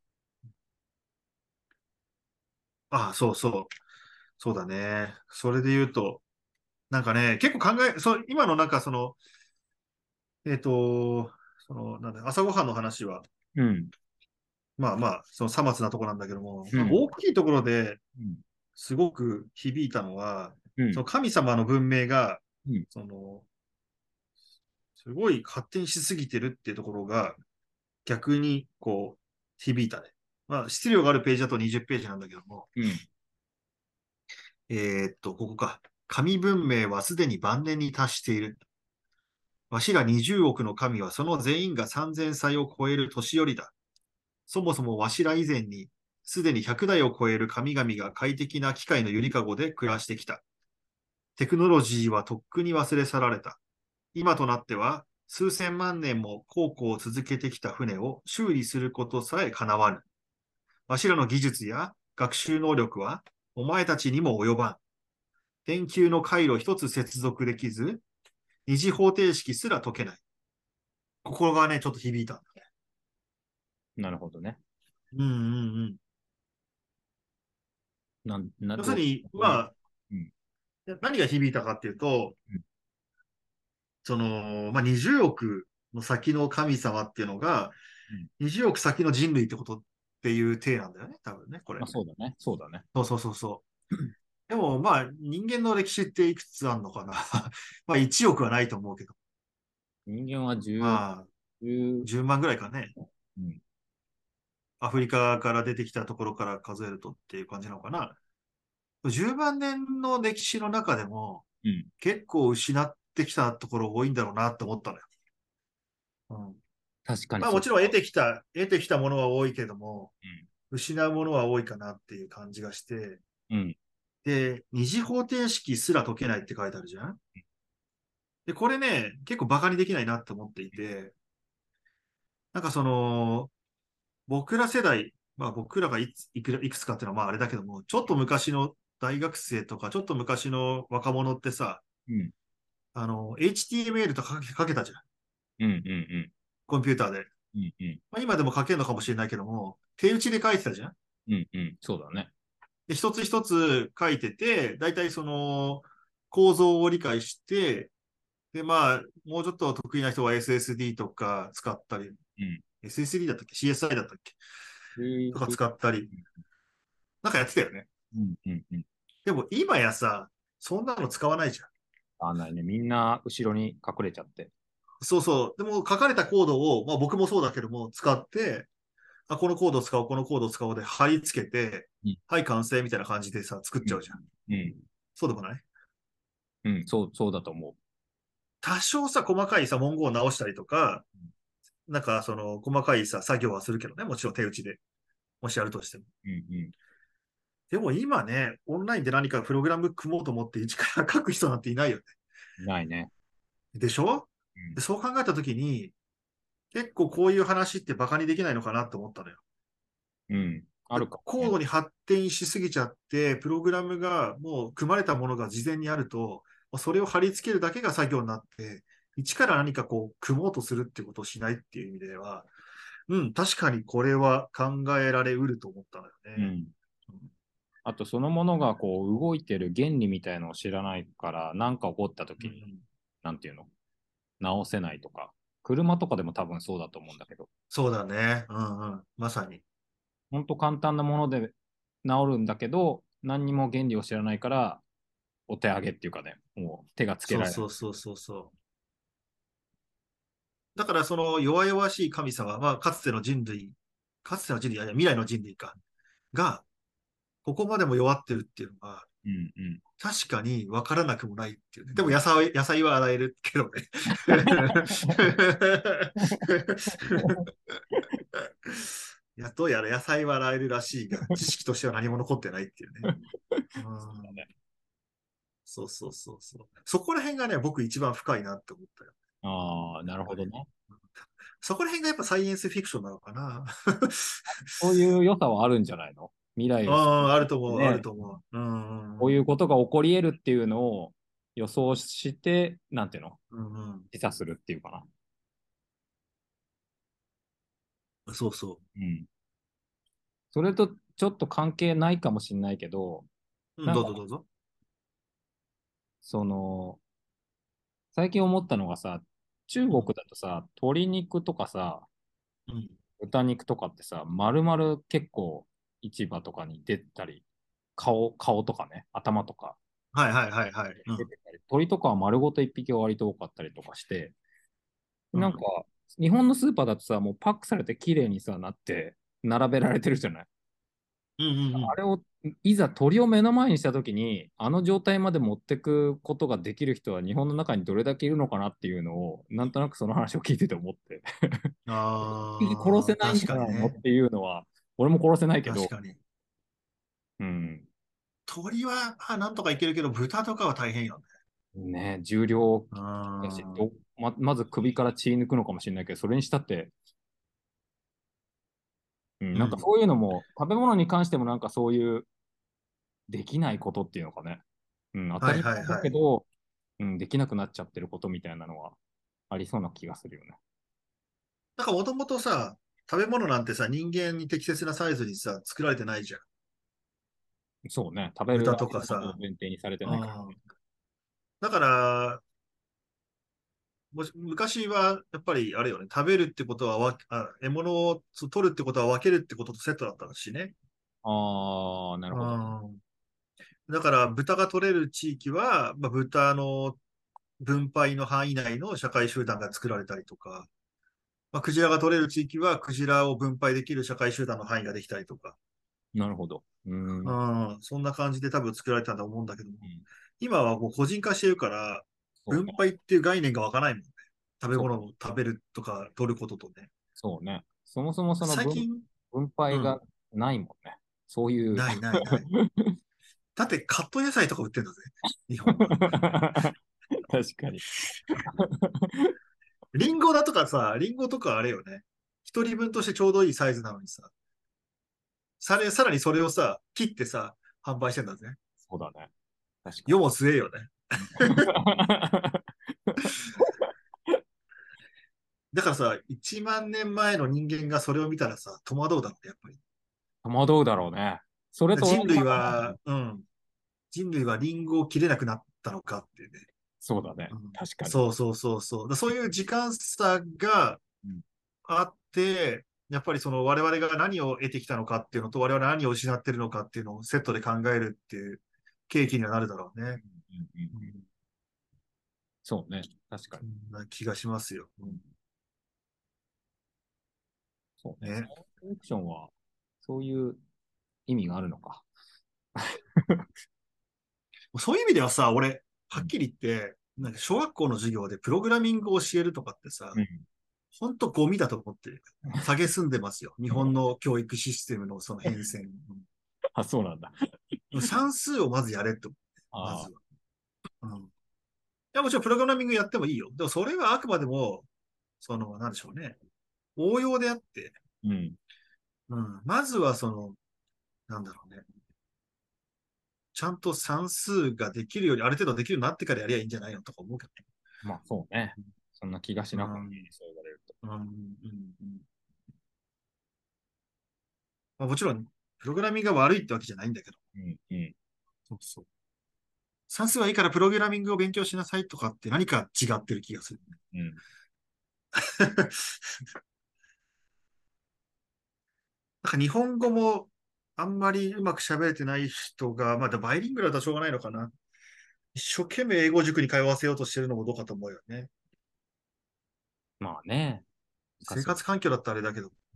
ああ、そうそう。そうだね。それで言うと、なんかね、結構考え、そう、今のなんかその、えっと、その、なんだ、朝ごはんの話は、 うん。 まあまあ、そのさ末なとこなんだけども、なんかうん。 大きいところでうん。 すごく響いたのは、 うん。 その神様の文明が、 うん。 その、すごい発展しすぎてるっていうところが、逆にこう、響いたね。まあ、質量があるページだとにじゅうページなんだけども、 うん。 えーっと、ここか。神文明はすでに晩年に達している。わしらにじゅうおくの神はその全員がさんぜんさいを超える年寄りだ。そもそもわしら以前に、すでにひゃくだいを超える神々が快適な機械のゆりかごで暮らしてきた。テクノロジーはとっくに忘れ去られた。今となっては、数千万年も航行を続けてきた船を修理することさえ叶わぬ。わしらの技術や学習能力は、お前たちにも及ばん。電球の回路一つ接続できず、二次方程式すら解けない。心がね、ちょっと響いた。 なるほどね。 うんうんうん。 なん、な、どう、 要するに、 どういう、 まあ、 うん。 何が響いたかっていうと、 うん。 その、まあ、にじゅうおくの先の神様っていうのが、 うん。 にじゅうおく先の人類ってことっていう体なんだよね、多分ね、これ。 まあそうだね。そうだね。 そうそうそうそう。でも、まあ、人間の歴史っていくつあるのかな。まあ、いちおくはないと思うけど。 人間はじゅう、 まあ、 じゅう、 じゅうまんぐらいかね。 うん。 アフリカから出てきたところから数えるとっていう感じなのかな。じゅうまん年の歴史の中でも、 うん。 結構失ってきたところ多いんだろうなって思ったのよ。うん、 確かにまあもちろん得そうか。 てきた、得てきたものは多いけども、 失うものは多いかなっていう感じがして、 うん。 で、二次方程式すら解けないって書いてあるじゃん。で、これね、結構バカにできないなって思っていて、なんかその、僕ら世代、まあ僕らがいつ、いくら、いくつかっていうのはまああれだけども、ちょっと昔の大学生とか、ちょっと昔の若者ってさ、 うん。 あの、エイチティーエムエル とかけかけたじゃん。 うん。うん。うん。 コンピューターで。 うん。うん。 まあ今でも書けるのかもしれないけども、手打ちで書いてたじゃん。 うん。うん。そうだね。 で、一つ一つ書いてて、だいたいその構造を理解して、で、まあ、もうちょっと得意な人は エスエスディー とか使ったり、 うん。 エスエスディー だったっけ？ シーエスアイ だったっけとかえー使ったり、なんかやってたよね。 うん。うん。うん。 でも今やさ、そんなの使わないじゃん。 あ、ないね。みんな後ろに隠れちゃって。 そうそう。でも書かれたコードを、まあ僕もそうだけども、使って、あ、このコードを使おう、このコードを使おうで貼り付けて、 うん。 はい、完成みたいな感じでさ、作っうん。 ちゃうじゃん。 うん。 そうでもない？ うん。そう、そうだと思多少さ、細かいさ、文言を直したりとか、なんかその細かいさ、作業はするけどね、もちろん手打ちで、もしやるとしても。 う。うん。 でも今ね、オンラインで何かプログラム組もうと思って一から書く人なんていないよね。 うん。ないね。 でしょ？ うん。 でそう考えたときに、結構こういう話ってバカにできないのかなって思ったのよ。 うん。あでるかもね。 高度に発展しすぎちゃって、プログラムがもう組まれたものが事前にあると、それを貼り付けるだけが作業になって、一から何かこう組もうとするってことをしないっていう意味では、うん、確かにこれは考えられうると思ったのよね。 うん。あと、そのものがこう動いてる原理みたいのを知らないから、何か起こった時に、 うん、 なんていうの、直せないとか、車とかでも多分そうだと思うんだけど、 そうだね。うんうん。まさに。 本当簡単なもので治るんだけど、何にも原理を知らないから、お手上げっていうかね、もう手がつけそうられない。 そうそうそうそう。だからその弱々しい神様は、かつての人類、かつての人類、いやいや未来の人類か、が、ここまでも弱ってるっていうのは、 うんうん。 確かに分からなくもないっていうね。でもうん。 野菜、野菜は洗えるけどね。やっとやら野菜は洗えるらしいが、知識としては何も残ってないっていうね。うん、そうそうそうそう。そこら辺がね、僕一番深いなって思ったよ。 ああ、なやっぱね。 るほどね。 そこら辺がやっぱサイエンスフィクションなのかな。 そういう良さはあるんじゃないの？未来を知ああ、あると思う、あるってね、 と思う。うんうんこういうことが起こり得るっていうのを予想して、なんていうの、 うんうん示唆するっていうかな。 うん。そうそうん。それとちょっと関係ないかもしれないけど、 う。うん、 なんか、 どうぞどうぞ。 その、最近思ったのがさ、中国うんだとさ、鶏肉とかさ、 うん豚肉とかってさ、丸々結構市場とかに出たり、顔、顔とかね、頭とかはいはいはいはい。うん。 出てたり、鳥とかは丸ごと一匹が割と多かったりとかして、なんか、 うん。 日本のスーパーだとさ、もうパックされて綺麗にさ、なって、並べられてるじゃない。 うんうんうん。 あれを、いざ鳥を目の前にしたときに、あの状態まで持ってくことができる人は日本の中にどれだけいるのかなっていうのを、なんとなくその話を聞いてて思って、一匹殺せああ、 ないんじ確かにね。 ゃないのっていうのは、俺も殺せないけど、 確かに。 うん、 鳥は、あ、なんとかいけるけど、豚とかは大変よね。 ね、重量うだし、 ん。 どま、まず首から血抜くのかもしれないけど、それにしたって、うん、なんかうん。 そういうのも、食べ物に関してもなんかそういうできないことっていうのかね。うん、当たはいり前だはいはい。 けど、うん、できなくなっちゃってることみたいなのはありそうな気がするよね。 なんかもともとさ、食べ物なんてさ、人間に適切なサイズにさ、作られてないじゃん。 そうね、食べる豚と相手のことをかさ。 前提にされてうないから。 ん。だから、もし昔はやっぱりあれよね、食べるってことはわ、あ、獲物をそう取るってことは分けるってこととセットだったしね。 ああ、なるうほど。 ん。だから豚が取れる地域は、まあ、豚の分配の範囲内の社会集団が作られたりとか、まあ、クジラが取れる地域はクジラを分配できる社会集団の範囲ができたりとか、 なるほど。うん。ううん。 ん、そんな感じで多分作られたんだと思うんだけども、今はもう個人化してるから、 そうね。 分配っていう概念が湧かないもんね。食べそう、 物を食べるとか取ることとね。 そうね。そもそもその分、 最近、 分配がうん。 ないもんね。そういう。 ないないない。だってカット野菜とか売ってんだぜ。日本は。 確かに。 リンゴだとかさ、リンゴとかあれよね。一人分としてちょうどいいサイズなのにさ、され、さらにそれをさ、切ってさ、販売してんだぜ。 そうだね。確か世も末えよね。 に。 だからさ、いちまん年前の人間がそれを見たらさ、戸惑うだろうね、やっぱり。 戸惑うだろうね。それと同人類じ考えだもんは、 ね。 うん。人類はリンゴを切れなくなったのかってね。 そうだね。 うん、 確かに。 そうそうそうそう。だそういう時間差がうん。 あって、やっぱりその我々が何を得てきたのかっていうのと我々が何を失ってるのかっていうのをセットで考えるっていう契機にはなるだろうね。 うんうんうん。 うん、 そうね。確かに。 そんな気がしますよ。うん、 そうね。サイエね。 ンスフィクションは、そういう意味があるのか。 そういう意味ではさ、俺、 うん。 はっきり言って、なんか小学校の授業でプログラミングを教えるとかってさ、 うん。 ほんとゴミだと思ってる。蔑んでますよ。日本の教育システムのその変遷。 あ、そうなんだ。 うん、算数をまずやれって、まああ、 ずは。うん。いや、もちろんプログラミングやってもいいよ。でもそれはあくまでも、その、なんでしょうね。応用であって、 うん。 うん。まずはその、なんだろうね。ちゃんと算数ができるように、ある程度できるようになってからやりゃいいんじゃないのとか思うけまあ、そうね。そんな気がしどね。 なくもない、そう言われると。 うん。うん。うん。うん、まあ、もちろん、プログラミングが悪いってわけじゃないんだけど。 うん。うん。 そうそう。算数はいいからプログラミングを勉強しなさいとかって何か違ってる気がする。 うん。 なんか日本語もあんまりうまく喋れてない人が、まだバイリンガルだとしょうがないのかな。一生懸命英語塾に通わせようとしてるのもどうかと思うよね。 まあね。難しい。 生活環境だったらあれだけど、うん、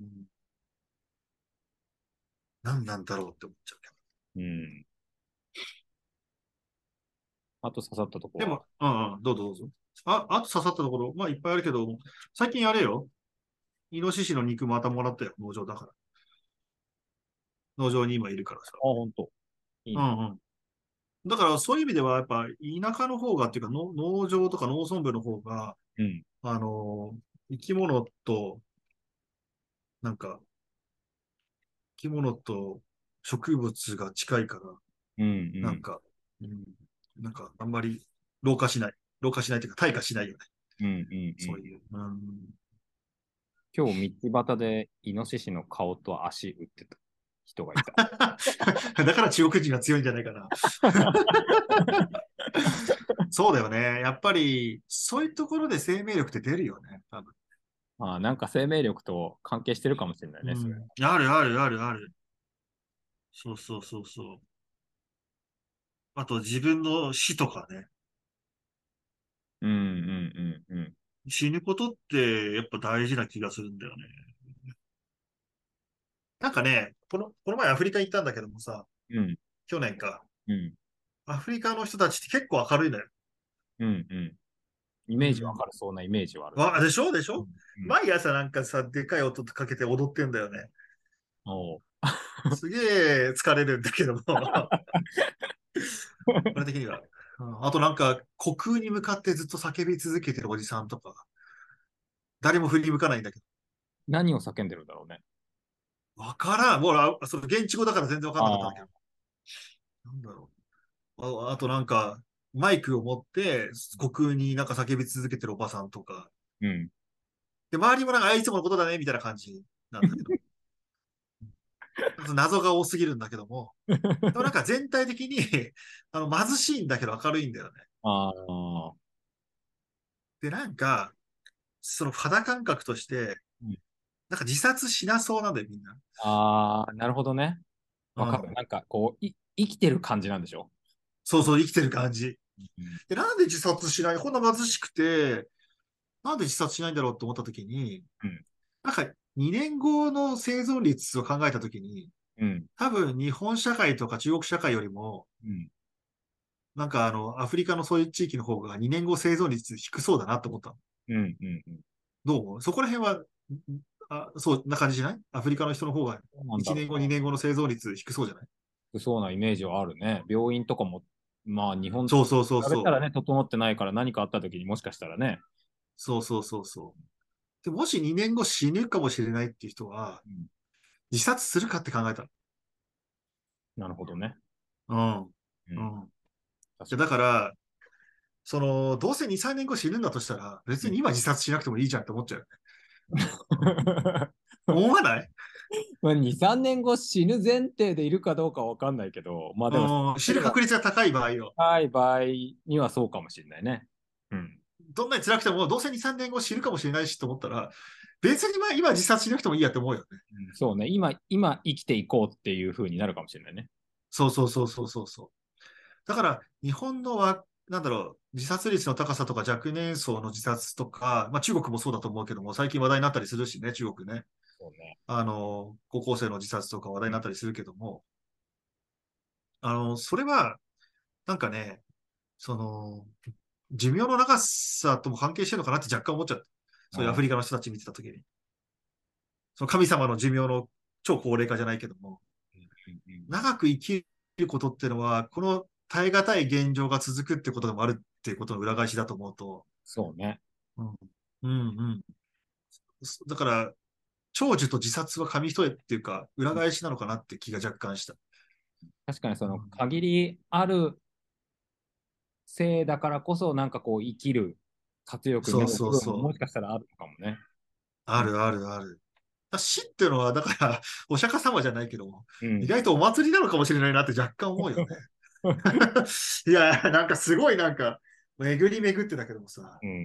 何なんだろうって思っちゃうけど。 うん。あと刺さったとこは。 でも、うんうん、どうぞどうぞ。あ、あと刺さったところ、まあいっぱいあるけど、最近あれよ。イノシシの肉またもらったよ、農場だから。農場に今いるからさ。 あ、本当。いいね。 うんうん。だからそういう意味では、やっぱ田舎の方がっていうか、の農場とか農村部の方が、 うん。 あのー生き物と、なんか、生き物と植物が近いから、 うん。 なんか、うん、なんか、あんまり老化しない。老化しないというか、退化しないよね。 うん。うん。うん。 そういう。うん、 今日道端でイノシシの顔と足打ってた人がいた。 だから中国人が強いんじゃないかな。そうだよね。やっぱり、そういうところで生命力って出るよね。多分。 ああ、なんか生命力と関係してるかもしれないね、それ。 うん。あるあるあるある。そうそうそうそう。あと自分の死とかね。 うんうんうんうん。 死ぬことってやっぱ大事な気がするんだよね。なんかね、この、この前アフリカ行ったんだけどもさ、 うん。 去年か。 うん。 アフリカの人たちって結構明るいのよ。 うんうん。イメージわうん。 かるそうなイメージはあるね。 わ、でしょでしうんょ、 うん。 毎朝なんかさ、でかい音かけて踊ってんだよね。 おう。 すげえ疲れるんだけども、俺的には。うん、あとなんか、虚空に向かってずっと叫び続けてるおじさんとか、誰も振り向かないんだけ何を叫んでるんだろうね。 ど。わからん。もう、あ、その現地語だから全然わかんなかったんだけど。 ああ。 なんだろう。あ、あとなんか、マイクを持って、虚空になんか叫び続けてるおばさんとか。 うん。 で、周りもなんか、あいつものことだね、みたいな感じなんだけど。謎が多すぎるんだけども。でもなんか全体的にあの、貧しいんだけど明るいんだよね。 ああ。 で、なんか、その肌感覚として、 うん。 なんか自殺しなそうなんだよ、みんな。 ああ、なるほどね。わかる。 うん。 なんか、こう、い、生きてる感じなんでしょ？ そうそう、生きてる感じ。 うん。 で、なんで自殺しない、こんな貧しくて、なんで自殺しないんだろうって思った時に、 うん。 なんかにねんごの生存率を考えた時に、 うん。 多分日本社会とか中国社会よりも、 うん。 なんかあの、アフリカのそういう地域の方がにねんご生存率低そうだなと思ったの。 うん。うん。うん。 どう思うそこら辺は、 あ、そんな感じじゃない？アフリカの人の方がそうなんだいちねんご、 ろうね。 にねんごの生存率低そうじゃない？ そうなイメージはあるね。病院とかも、まあ日本と比そうそうそうそう。 べたらね、整ってないから何かあった時にもしかしたらね。 そうそうそうそう。で、もしにねんご死ぬかもしれないっていう人は、 うん、 自殺するかって考えたなるほどね。 の。うん。 うん、 うん。で、 確かに。 だから、その、どうせに、さんねんご死ぬんだとしたら、別うんに今自殺しなくてもいいじゃんって思っちゃう。思わない？ まあに、さんねんご死ぬ前提でいるかどうかわかんないけど、まあでも、 うん、死ぬ例えば確率が高い場合よ。 高い場合にはそうかもしれないね。うん。 どんなに辛くても、どうせに、さんねんご死ぬかもしれないしと思ったら、別にまあ今自殺しなくてもいいやって思うよね。 うんそうね。今、今生きていこうっていう風になるかもしれないね。 そうそうそうそうそうそう。だから、日本のは、なんだろう、自殺率の高さとか若年層の自殺とか、まあ中国もそうだと思うけども、最近話題になったりするしね、中国ね。 そうね。 あの、高校生の自殺とか話題うん。 になったりするけども、あの、それは、なんかね、その、寿命の長さとも関係してるのかなって若干思っちゃった。そういうアフリカあの人たち見てたときに。その神様の寿命の超高齢化じゃないけども、 うんうんうん、 長く生きることっていうのは、この耐え難い現状が続くってことでもあるっていうことの裏返しだと思うと、 そうね。 うん、うん、うん。だから、長寿と自殺は紙一重っていうか、裏返しなのかなって気が若干した。 確かにそのうん、 限りあるせいだからこそ、なんかこう生きる活力にそうなる部分もそうそう。 もしかしたらあるのかもね。うん。 あるあるある。死っていうのは、だから、お釈迦様じゃないけども、 うん。 意外とお祭りなのかもしれないなって若干思うよね。いや、なんかすごいなんか、巡り巡ってだけどもさ、 うん。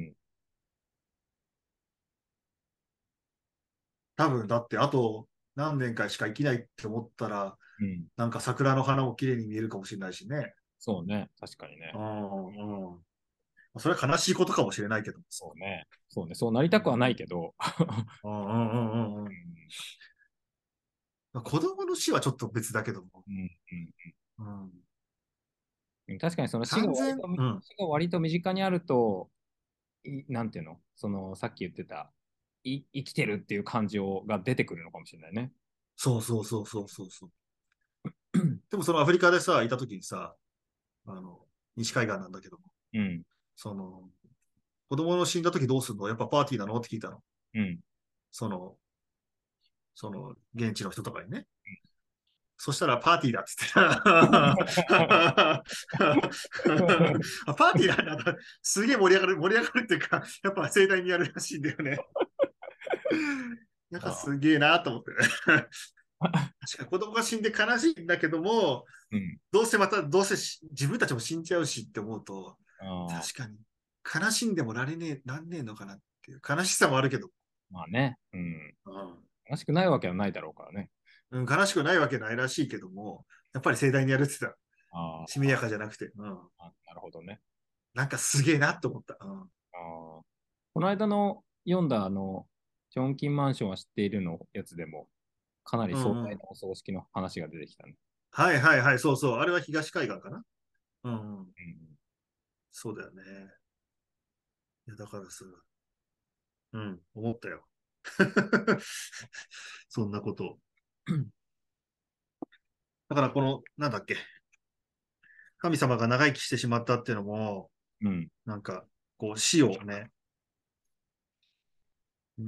多分だってあと何年かしか生きないって思ったら、 うん。 なんか桜の花も綺麗に見えるかもしれないしね。 そうね。確かにうね。 ん、うん。それは悲しいことかもしれないけどもさ。 そうね。そうね。そうなりたくはないうん、 けど。 うん、うん、うん、うんうん。 うんまあ子供の死はちょっと別だけども。 うんうん。 うん、確かにその死が完全、 割とみ、 うん。 死が割と身近にあると、いなんていうのその、さっき言ってた、い、生きてるっていう感情が出てくるのかもしれないね。 そうそうそうそうそうそう。でもそのアフリカでさ、いた時にさ、あの、西海岸なんだけども、 うん。 その、子供の死んだ時どうすんの？やっぱパーティーなのって聞いたの。 うん。 その、その、現地の人とかにね。そしたらパーティーだっつってあパーティーなんだ。すげえ盛り上がる、盛り上がるっていうか、やっぱ盛大にやるらしいんだよね。なんかあすげえなと思ってね。確かに子供が死んで悲しいんだけども、 うん。 どうせまた、どうせ自分たちも死んじゃうしって思うと、 ああ、 確かに悲しんでもられねえ、なんねえのかなっていう悲しさもあるけど、 まあね。うん。 うん、 悲しくないわけはないだろうからね。 うん、悲しくないわけないらしいけども、やっぱり盛大にやるって言ってた。 あしめやかじゃなくて、うん、 あ、なるほどね。 なんかすげえなと思った。うん、 ああ、この間の読んだあの、チョンキンマンションは知っているのやつでも、かなり壮大うんうん。 なお葬式の話が出てきたね。 はいはいはい、そうそう。あれは東海岸かな？うん、うん。 うん。 そうだよね。いや、だからさ、うん、思ったよ。そんなこと。だからこの、なんだっけ、神様が長生きしてしまったっていうのも、 うん。 なんか、こう、死をね、うん、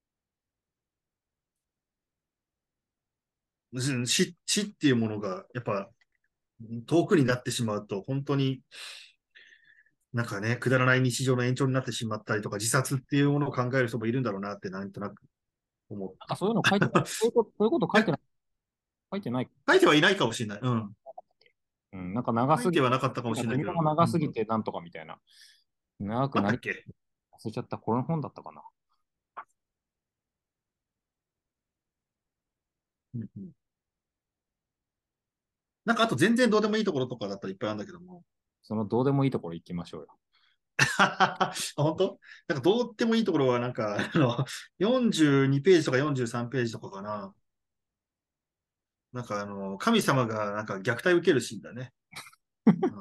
うん死、死っていうものが、やっぱ、遠くになってしまうと、本当になんかね、くだらない日常の延長になってしまったりとか、自殺っていうものを考える人もいるんだろうなって、なんとなく思った。 なんかそういうの書いてない。そういうこと、そういうこといや、 書いてない。書いてない。 書いてはいないかもしれない。うん。 うん。なんか長書いすぎ、 てはなかったかなんか寿命がもしれないけど、うん。 長すぎてなんとかみたいな。長くなり、 あったっけ？ 忘れちゃった。この本だったかな。 うんうん。なんかあと全然どうでもいいところとかだったらいっぱいあるんだけども。 そのどうでもいいところ行きましょうよ。 あ、本当？なんかどうでもいいところはなんか、あの、よんじゅうにページとかよんじゅうさんページとかかな。なんかあの、神様がなんか虐待受けるシーンだね。うん。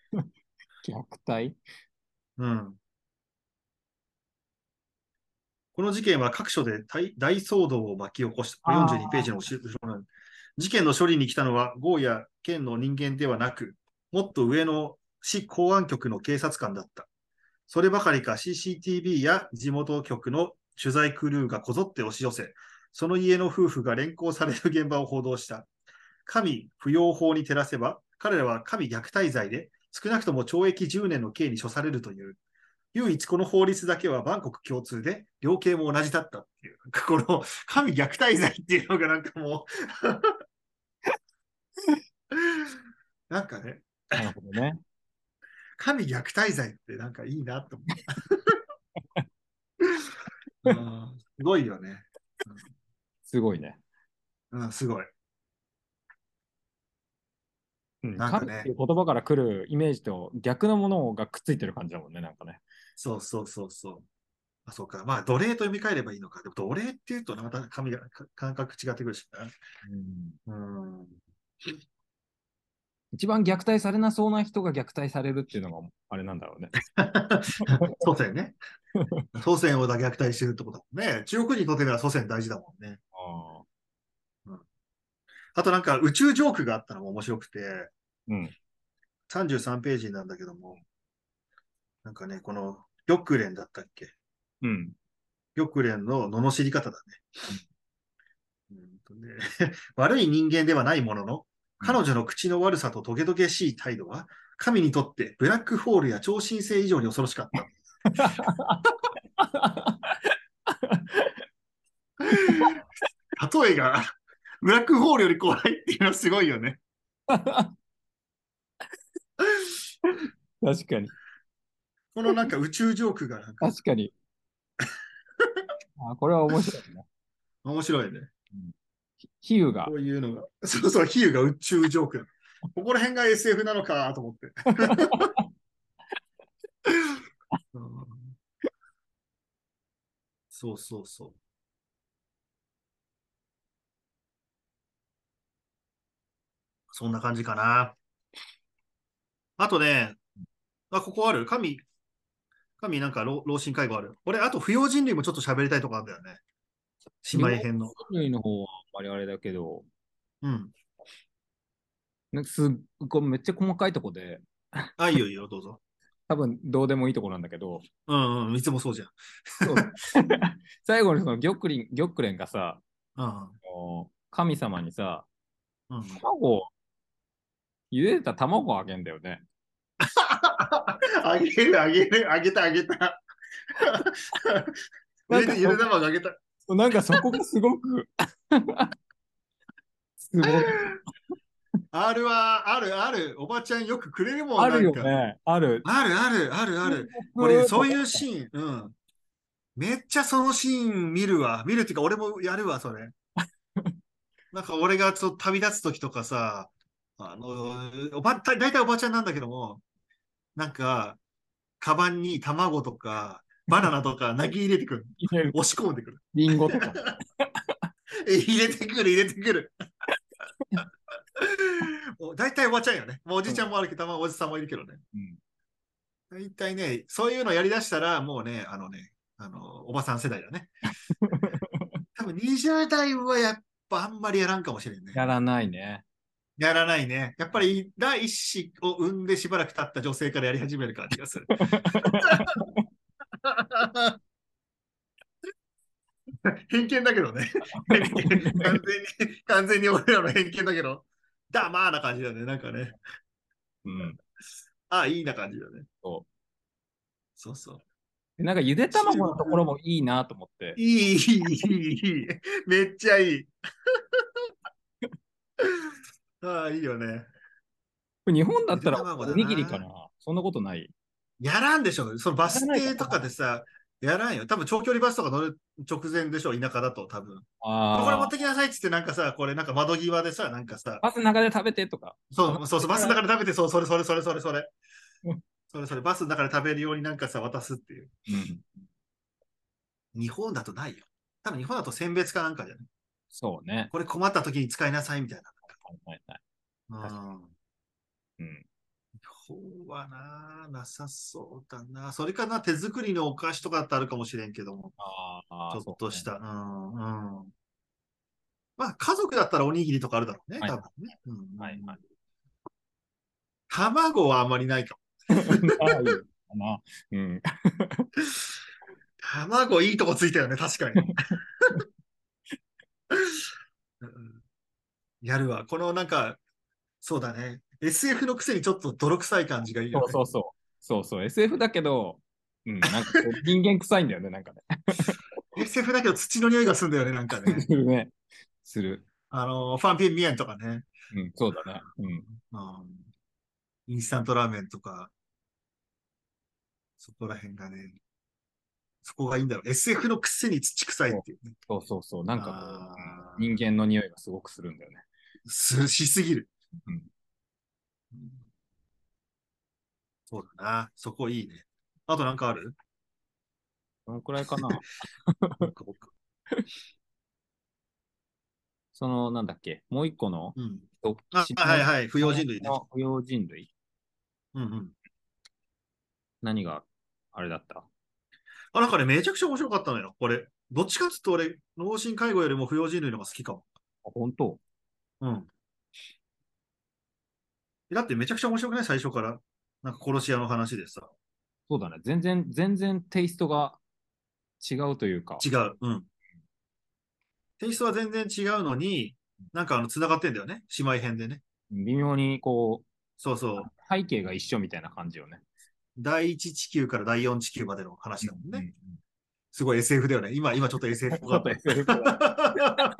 虐待。 うん。 この事件は各所で大大騒動を巻き起こした。これあよんじゅうにページあ、 の後ろなん事件の処理に来たのは、郷や県の人間ではなく、もっと上の市公安局の警察官だった。そればかりか シーシーティーブイ や地元局の取材クルーがこぞって押し寄せ、その家の夫婦が連行される現場を報道した。神扶養法に照らせば、彼らは神虐待罪で少なくとも懲役じゅうねんの刑に処されるという。唯一この法律だけは万国共通で、量刑も同じだったっていう。この神虐待罪っていうのがなんかもうなんかね、 なるほどね。 神虐待罪ってなんかいいなと思う。うん、すごいよね。 すごいね。 うん、すごい。 うん、神っていなんかね、 う言葉から来るイメージと逆のものがくっついてる感じだもんね、なんかね。 そうそうそうそう。あ、そうか。まあ、奴隷と読み替えればいいのか。でも、奴隷っていうと、また神が、感覚違ってくるしうん、 な。うん。 一番虐待されなそうな人が虐待されるっていうのがあれなんだろうね。 祖先ね。祖先を虐待してるってことだもんね。中国人にとっては祖先大事だもんね。 ああ、 うん、あとなんか宇宙ジョークがあったのも面白くて、 うん、 さんじゅうさんページなんだけども、なんかね、この玉蓮だったっけ？ うん。 玉蓮の罵り方だね。 うん、 うんとね悪い人間ではないものの、 うん。 彼女の口の悪さとトゲトゲしい態度は、神にとってブラックホールや超新星以上に恐ろしかった。例えが、ブラックホールより怖いっていうのはすごいよね。 確かに。 このなんか宇宙ジョークがなんか確かに。あ、これは面白いね。 面白いね。 うん、比喩が。 こういうのが。そうそう、比喩が宇宙ジョーク。ここら辺が エスエフ なのかと思って。うん、そうそうそう。そんな感じかな。あとね、あ、ここある神、神なんか老老人介護ある。俺、あと不要人類もちょっと喋りたいとこあるんだよね。姉両妹編の。 人類の方はあんまりあれだけど、 うん。 なんかすっごいめっちゃ細かいとこで、 あ、いいよいいよ、どうぞ。 多分どうでもいいとこなんだけど、 うんうん、いつもそうじゃん。 そう最後にその玉林、玉蓮がさ、 うん。 あの神様にさ、 うん。 卵、茹でた卵をあげんだよね。 あげる、あげる、あげた、あげた。ゆで、ゆでなんかそ、 卵あげた。 なんかそこがすごくすごい。 あるわ、ある、ある。おばちゃんよくくれるもん、 あるなんか。 よね。ある。 ある、ある、ある、ある。俺、 僕とそういうか、 シーン、うん。めっちゃそのシーン見るわ。見るっていうか、俺もやるわ、それ。なんか俺がちょっと旅立つ時とかさ、あの、おば、だだいたいおばちゃんなんだけども、なんか、カバンに卵とか、バナナとか投げ入れてくる。 入れる。 押し込んでくる。 リンゴとか。 え入れてくる、入れてくる。だいたいおばちゃんよね。もうおじいちゃんもあるけど、まあおじさんもいるけどね。 うん。 大体ね、そういうのやりだしたら、もうね、あのね、あの、おばさん世代だね。多分にじゅう代はやっぱあんまりやらんかもしれんね。 やらないね。 やらないね。やっぱり第一子を産んでしばらく経った女性からやり始める感じがする。偏見だけどね。偏見完全に、完全に俺らの偏見だけど、だまーな感じだね。なんかね。 うん。 ああ、いいな感じだね。 そそうそう。 う。でなんかゆで中卵のところ国、 もいいなと思って。 いい、いい、いい、いい。めっちゃいい。ああ、いいよね。 日本だっゆでたら卵だおにぎりかな。 な。そんなことない。 やらんでしょ。そのバやらないかス停とかでな。 さ、やらんよ。多分長距離バスとか乗る直前でしょ。田舎だと多分。これ持ああ、 ってきなさいっつってなんかさ、これなんか窓際でさ、なんかさ、 バスの中で食べてとか思っそうそうそう、バスのてから。 中で食べて、そう、それそれそれそれそれ。 うん。 それそれ、バスの中で食べるようになんかさ、渡すっていう。 うん。 日本だとないよ。多分日本だと選別かなんかじゃない。 そうね。 これ困った時に使いなさいみたいはいはいはい。 な。 確かうん。 に。うん。 日本はな、なさそうだな。それかな、手作りのお菓子とかだってあるかもしれんけども。 あああ、 ちょっそうね。 とした。うん、うん。まあ、家族だったらおにぎりとかあるだろうね、 はい多分ね。うん、うん、 はいはい。 卵はあんまりないかも。 ないかな。うん。 卵いいとこついたよね、確かに。うんやるわ。このなんか、そうだね。エスエフ のくせにちょっと泥臭い感じがいいよね。 そうそうそう。そうそう。エスエフ だけど、うん、なんかこう人間臭いんだよね、なんかね。 エスエフ だけど土の匂いがするんだよね、なんかね。 するね。する。 あの、ファンピンミエンとかね。 うん、そうだね。うん。 うん、インスタントラーメンとか、そこら辺がね、そこがいいんだろう。エスエフ のくせに土臭いっそうていうね。 そうそうそう。なんかこう、うん、人あ間の匂いがすごくするんだよね。 ー、す、しすぎる。 うん。 そうだな。そこいいね。あとなんかある？ どのくらいかな。 僕僕その、なんだっけ、もう一個の、 うん。 とあ、 しはいはい。不用心類ね。 の不用人類、 うんうん。 何があれだった？ あ、なんかね、めちゃくちゃ面白かったのよ。これ。どっちかっていうと俺、脳神介護よりも不用人類の方が好きかも。 あ、本当？ うん。だってめちゃくちゃ面白くない最初から。なんか殺し屋の話でさ。 そうだね。全然、全然テイストが違うというか、 違う。うん。テイストは全然違うのに、なんかあの、繋がってんだよね。姉妹編でね。 微妙にこう、 そうそう。 背景が一緒みたいな感じよね。 第一地球から第四地球までのうん話だもんね。 うんうん。 すごい エスエフ だよね。今、今ちょっと エスエフ っぽかっちょっと エスエフ っぽかった。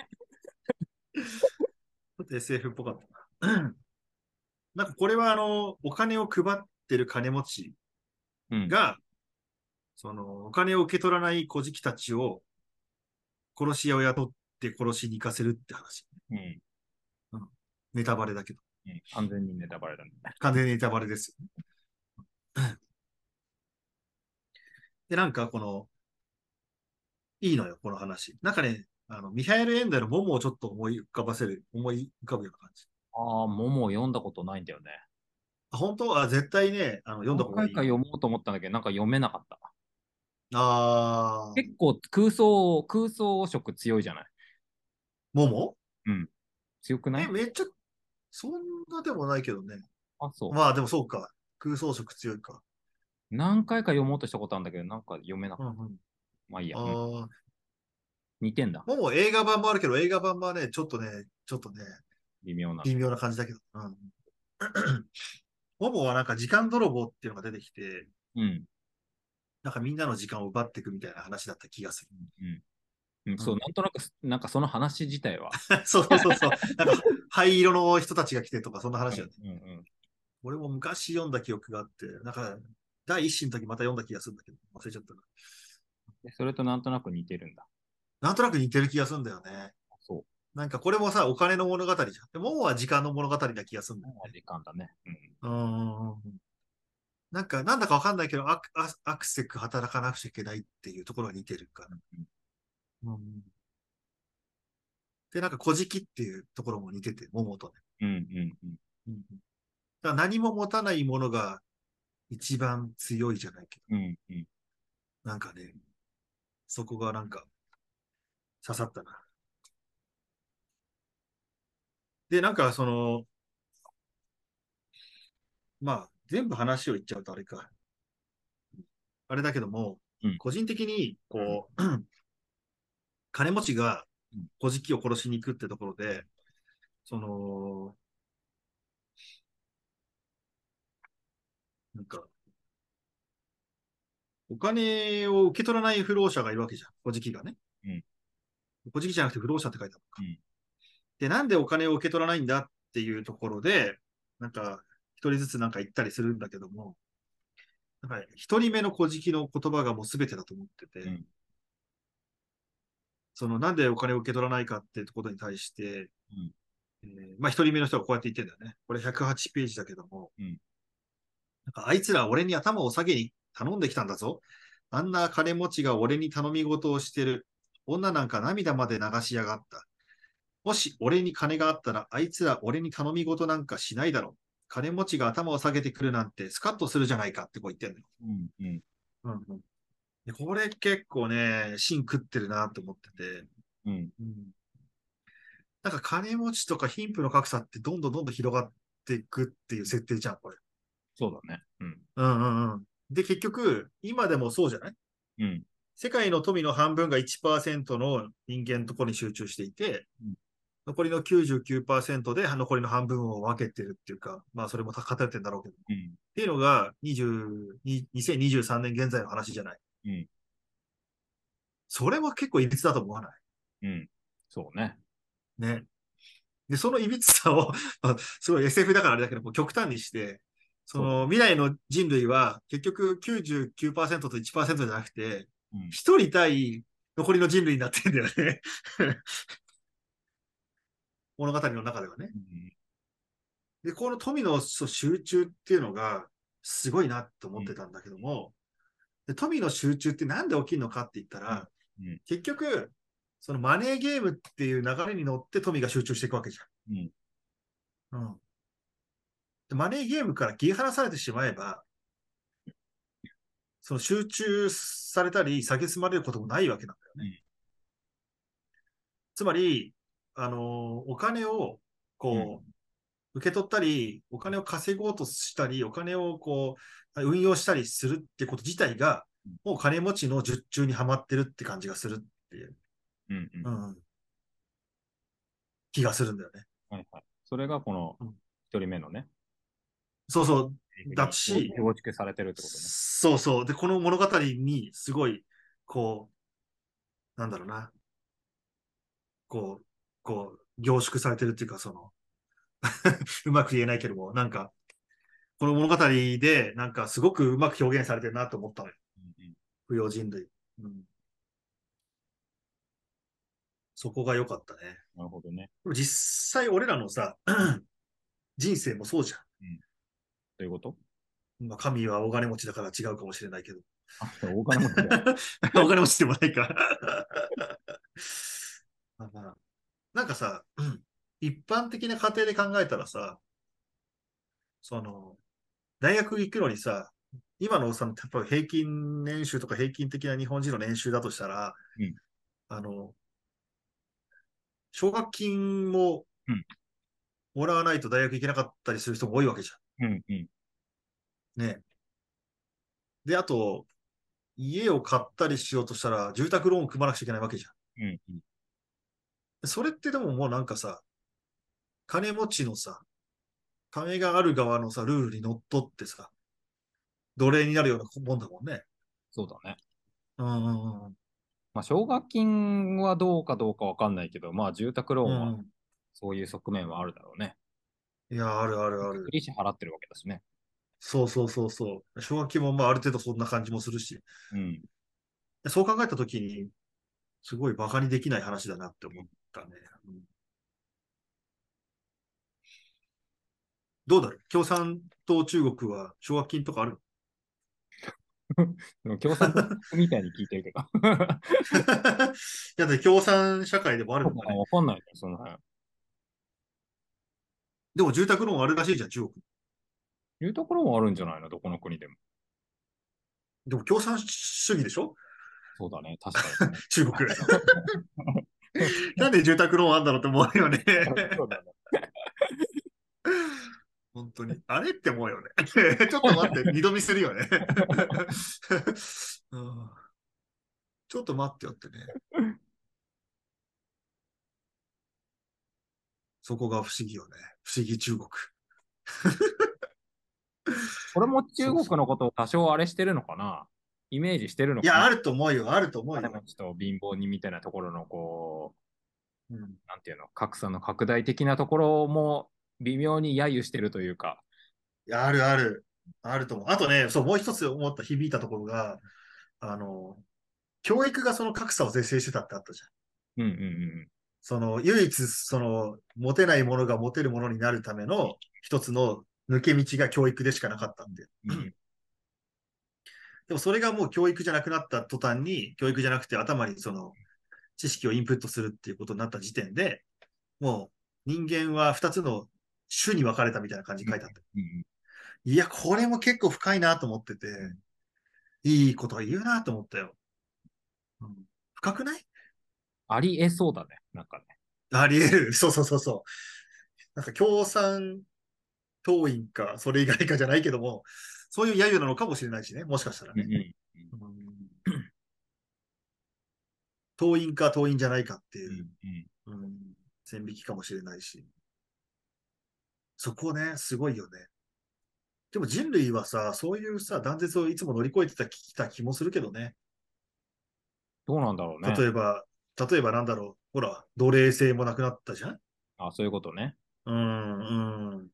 ちょっと エスエフ っぽかったな。なんかこれはあの、お金を配ってる金持ちた。うん。 が、その、お金を受け取らない小じたちを殺し屋を雇って殺しに行かせるって話。 うん。 うん、ネタバレだけど。 うん、完全にネタバレだね。 完全にネタバレですよ。で、なんかこの、いいのよ、この話。なんかね、あの、ミハエル・エンダルのモモをちょっと思い浮かばせる、思い浮かぶような感じ。 ああ、もも読んだことないんだよね。 あ、本当は絶対ね、あの、読んだ何方がいいよ。 回か読もうと思ったんだけど、なんか読めなかった。 あー、 結構空想、空想色強いじゃない？ モモうん。強くなえ、 い？ めっちゃ、そんなでもないけどね。 あ、そまあでもそうか。空想色強いか。 う。何回か読もうとしたことあるんだけど、なんか読めなかった。 うんうん。 まあいいや。うん。 あー、 似てんだ。 モモ映画版もあるけど、映画版はね、ちょっとね、ちょっとね、 微妙な。 微妙な感じだけど。うん。モモはなんか時間泥棒っていうのが出てきて、 うん。 なんかみんなの時間を奪っていくみたいな話だった気がする。 うん。うん、そう、 うん。 なんとなく、なんかその話自体は。 そうそうそうそう。なんか灰色の人たちが来てとか、そんなうん。 話よね。 うん。 俺も昔読んだ記憶があって、なんか第一子の時また読んだ気がするんだけど、忘れちゃったな。 でそれとなんとなく似てるんだ。 なんとなく似てる気がするんだよね。 そなんかこれもさ、お金の物語じゃん。でも、モモは時間の物語な気がするんう。 だよね。 もう時間だね。うん。 うーん。なんか、なんだかわかんないけど、アクアアクセク働かなくちゃいけないっていうところが似てるかうん。 な。うん。で、なんか、古事記っていうところも似てて、モモとね。 うん。うんうん。 うん。だから何も持たないものが一番強いじゃないけど、 うん。うん。 なんかね、そこがなんか刺さったな。で、なんかその、まあ、全部話を言っちゃうとあれか。あれだけども、 うん。 個人的に、こう、金持ちがうん。 古事記を殺しに行くってところで、その、なんか、お金を受け取らない不老者がいるわけじゃん。古事記がね。 うん。 古事記じゃなくて不老者って書いてあるのか。 うん。 で、なんでお金を受け取らないんだっていうところで、なんか、一人ずつなんか言ったりするんだけども、なんか、一人目の古事記の言葉がもう全てだと思ってて、 うん。 その、なんでお金を受け取らないかっていうことに対して、 うん。 えーまあ、一人目の人がこうやって言ってんだよね。これひゃくはちページだけども、 うん。 なんかあいつら俺に頭を下げに頼んできたんだぞ。あんな金持ちが俺に頼み事をしてる。女なんか涙まで流しやがった。もし俺に金があったら、あいつら俺に頼み事なんかしないだろう。金持ちが頭を下げてくるなんてスカッとするじゃないかってこう言ってんのよ。 うん。うん。 うんうん。 でこれ結構ね、芯食ってるなと思ってて、 うん。 うん、なんか金持ちとか貧富の格差ってどんどんどんどん広がっていくっていう設定じゃん、これ。 そうだね。うん。 うんうんうん。で、結局、今でもそうじゃない？ うん。 世界の富の半分がいちパーセントの人間のところに集中していて、 うん。 残りのきゅうじゅうきゅうパーセントで残りの半分を分けてるっていうか、まあそれも語れてるんだろうけど。っうん。 ていうのがにじゅうに にせんにじゅうさんねん現在の話じゃない。 うん。 それは結構いびつだと思わない？ うん。そうね。 ね。で、そのいびつさをすごい エスエフ だからあれだけど、極端にして、そそうだね。 の未来の人類は結局きゅうじゅうきゅうパーセントといちパーセントじゃなくて、 うん。 ひとり対残りの人類になってんだよね。物語の中ではね。 うん。 で、この富の集中っていうのがすごいなとうん。 思ってたんだけども、で富の集中ってなんで起きるのかって言ったうん。 ら、 うん。 結局、そのマネーゲームっていう流れに乗って富が集中していくわけじうん。 ゃん。うん。でマネーゲームから切り離されてしまえば、その集中されたり、蔑まれることもないわけなんだよね。 うん。 つまり、あの、お金を、 うん。 こう、受け取ったり、お金を稼ごうとしたり、お金をこう、運用したりするってこと自体が、もう金持ちの術中にはまってるって感じがするっていう、 うん。うん。 うん、気がするんだよね。 はいはい。それがこのうん、 一人目のね、 そうそう。 セリフにだし、 凝縮されてるってことね。 そうそう。で、この物語にすごい、こう、なんだろうな、こう、こう、凝縮されてるっていうか、その、うまく言えないけども、なんか、この物語で、なんかすごくうまく表現されてるなと思ったのよ。 うん。うん。 不用人類。うん、そこが良かったね。 なるほどね。 でも実際俺らのさ、人生もそうじゃうん。ということ？ ん。まあ、神は大金持ちだから違うかもしれないけど。 あ、大金持ちだ。 大金持ちでもないか。まあまあ、なんかさ、一般的な家庭で考えたらさ、その、大学行くのにさ、今のその、例えば平均年収とか平均的な日本人の年収だとしたら、 うん。 あの、奨学金もうん。 もらわないと大学行けなかったりする人も多いわけじうん。うん。 ゃん。ね。で、あと、家を買ったりしようとしたら、住宅ローンを組まなくちゃいけないわけじゃうん。うん。 ん。それってでももうなんかさ、金持ちのさ、金がある側のさ、ルールにのっとってさ、奴隷になるようなもんだもんね。 そうだね。 うんうんうん。 まあ、奨学金はどうかどうかわかんないけど、まあ、住宅ローンはうん。 そういう側面はあるだろうね。 いや、あるあるある。 利子払ってるわけだしね。 そうそうそうそう。奨学金もまあある程度そんな感じもするし、 うん。 そう考えたときに、すごいバカにできない話だなって思ったね。うん、どうだろう共産党中国は奨学金とかある？ でも共産党みたいに聞いてるけど。 いや、で共産社会でもあるのかね。 わかんないね、その辺。 でも住宅ローンあるらしいじゃん、中国。 いうところもあるんじゃないの、どこの国でも。 でも共産主義でしょ？ そうだね、確かに。 中国。なんで住宅ローンあんだろうって思うよね。 そうだね。 本当に。あれって思うよね。ちょっと待って、二度見するよね。うん、ちょっと待ってよってね。そこが不思議よね。不思議中国。 これも中国そうそう。 のことを多少あれしてるのかな、イメージしてるのいや、 かな。 あると思うよ。あると思うよ。 金持ちと貧乏人みたいなところの、こうん。 う、なんていうの、格差の拡大的なところも微妙に揶揄してるというか。 いや、あるある。あると思う。あとね、そう、もう一つ思った、響いたところが、あの、教育がその格差を是正してたってあったじゃん。 うんうんその、唯一、その、持てないものが持てるものになるための一つの抜け道が教育でしかなかったっていう。 うん。うん。 でもそれがもう教育じゃなくなった途端に、教育じゃなくて頭にその知識をインプットするっていうことになった時点で、もう人間は二つの種に分かれたみたいな感じうんに書いてあった。 うん。 いや、これも結構深いなと思ってて、 いいこと言うなと思ったよ。うん、深くない？ ありえそうだね。なんかね。 あり得る。そうそうそうそう。なんか共産党員か、それ以外かじゃないけども、そういう揶揄なのかもしれないしね。もしかしたらね。 うんうん。 うん、党員か党員じゃないかっていう、 うんうん。 うん、線引きかもしれないし。そこね、すごいよね。でも人類はさ、そういうさ、断絶をいつも乗り越えてたきた気もするけどね。 どうなんだろうね。 例えば、例えばなんだろう。ほら、奴隷制もなくなったじゃん。 あ、そういうことね。 うん、うん。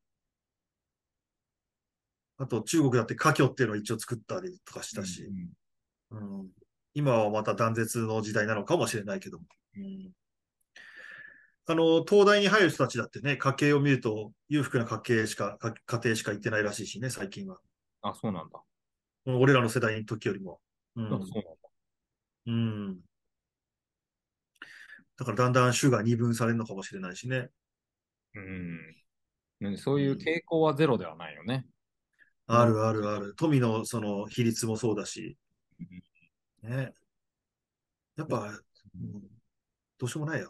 あと中国だって華僑っていうのを一応作ったりとかしうんうたし。 ん。 うん、今はまた断絶の時代なのかもしれないけども。うん、あの、東大に入る人たちだってね、家計を見ると裕福な家計しか、か家庭しか行ってないらしいしね、最近は。 あ、そうなんだ。 俺らの世代の時よりも。うあ、 ん。 そうなんだ。 うん。だからだんだん種が二分されるのかもしれないしね。 うん。ねそういううん。 傾向はゼロではないよね。もう、 あるあるある。富のその比率もそうだし。 うんね。やっでぱ、うん、どうしようもないよ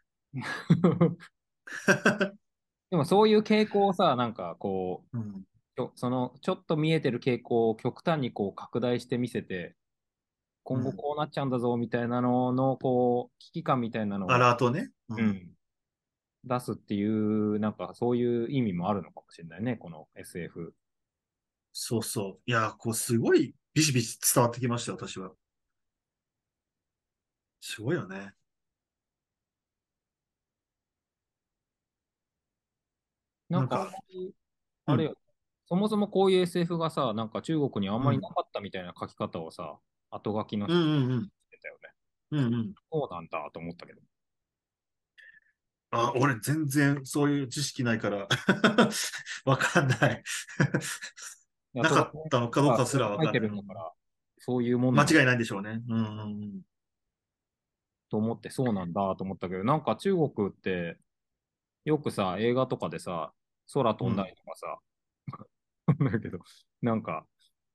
でもそういう傾向をさ、なんかこう、 ね。うん。 ちょそのちょっと見えてる傾向を極端にこう拡大して見せて、今後うん。 こうなっちゃうんだぞみたいなのの、こう、危機感みたいなのアを、 ラートね。うん。 うん、出すっていう、なんかそういう意味もあるのかもしれないね、この エスエフ。 そうそう。いや、こう、すごいビシビシ伝わってきましたよ、私は。すごいよね。 なんかあんまなんか、 り、 うん。 あれよ、そもそもこういう エスエフ がさ、なんか中国にあんうん。 まりなかったみたいな書き方をさ、後書きのうん人うんうん。 してたよね。 うんうん。 そうなんだと思ったけど。 あ、俺全然そういう知識ないからわかんないなか後書きのったのか人がどうかすらそう書いてわかんない。うん、 るんだから、そういうもんなの間違いないんでしょうね。うんうんうん。 と思って、そうなんだと思ったけど、なんか中国ってよくさ、映画とかでさ、空飛んだうん。 りとかさ、だけど、なんか、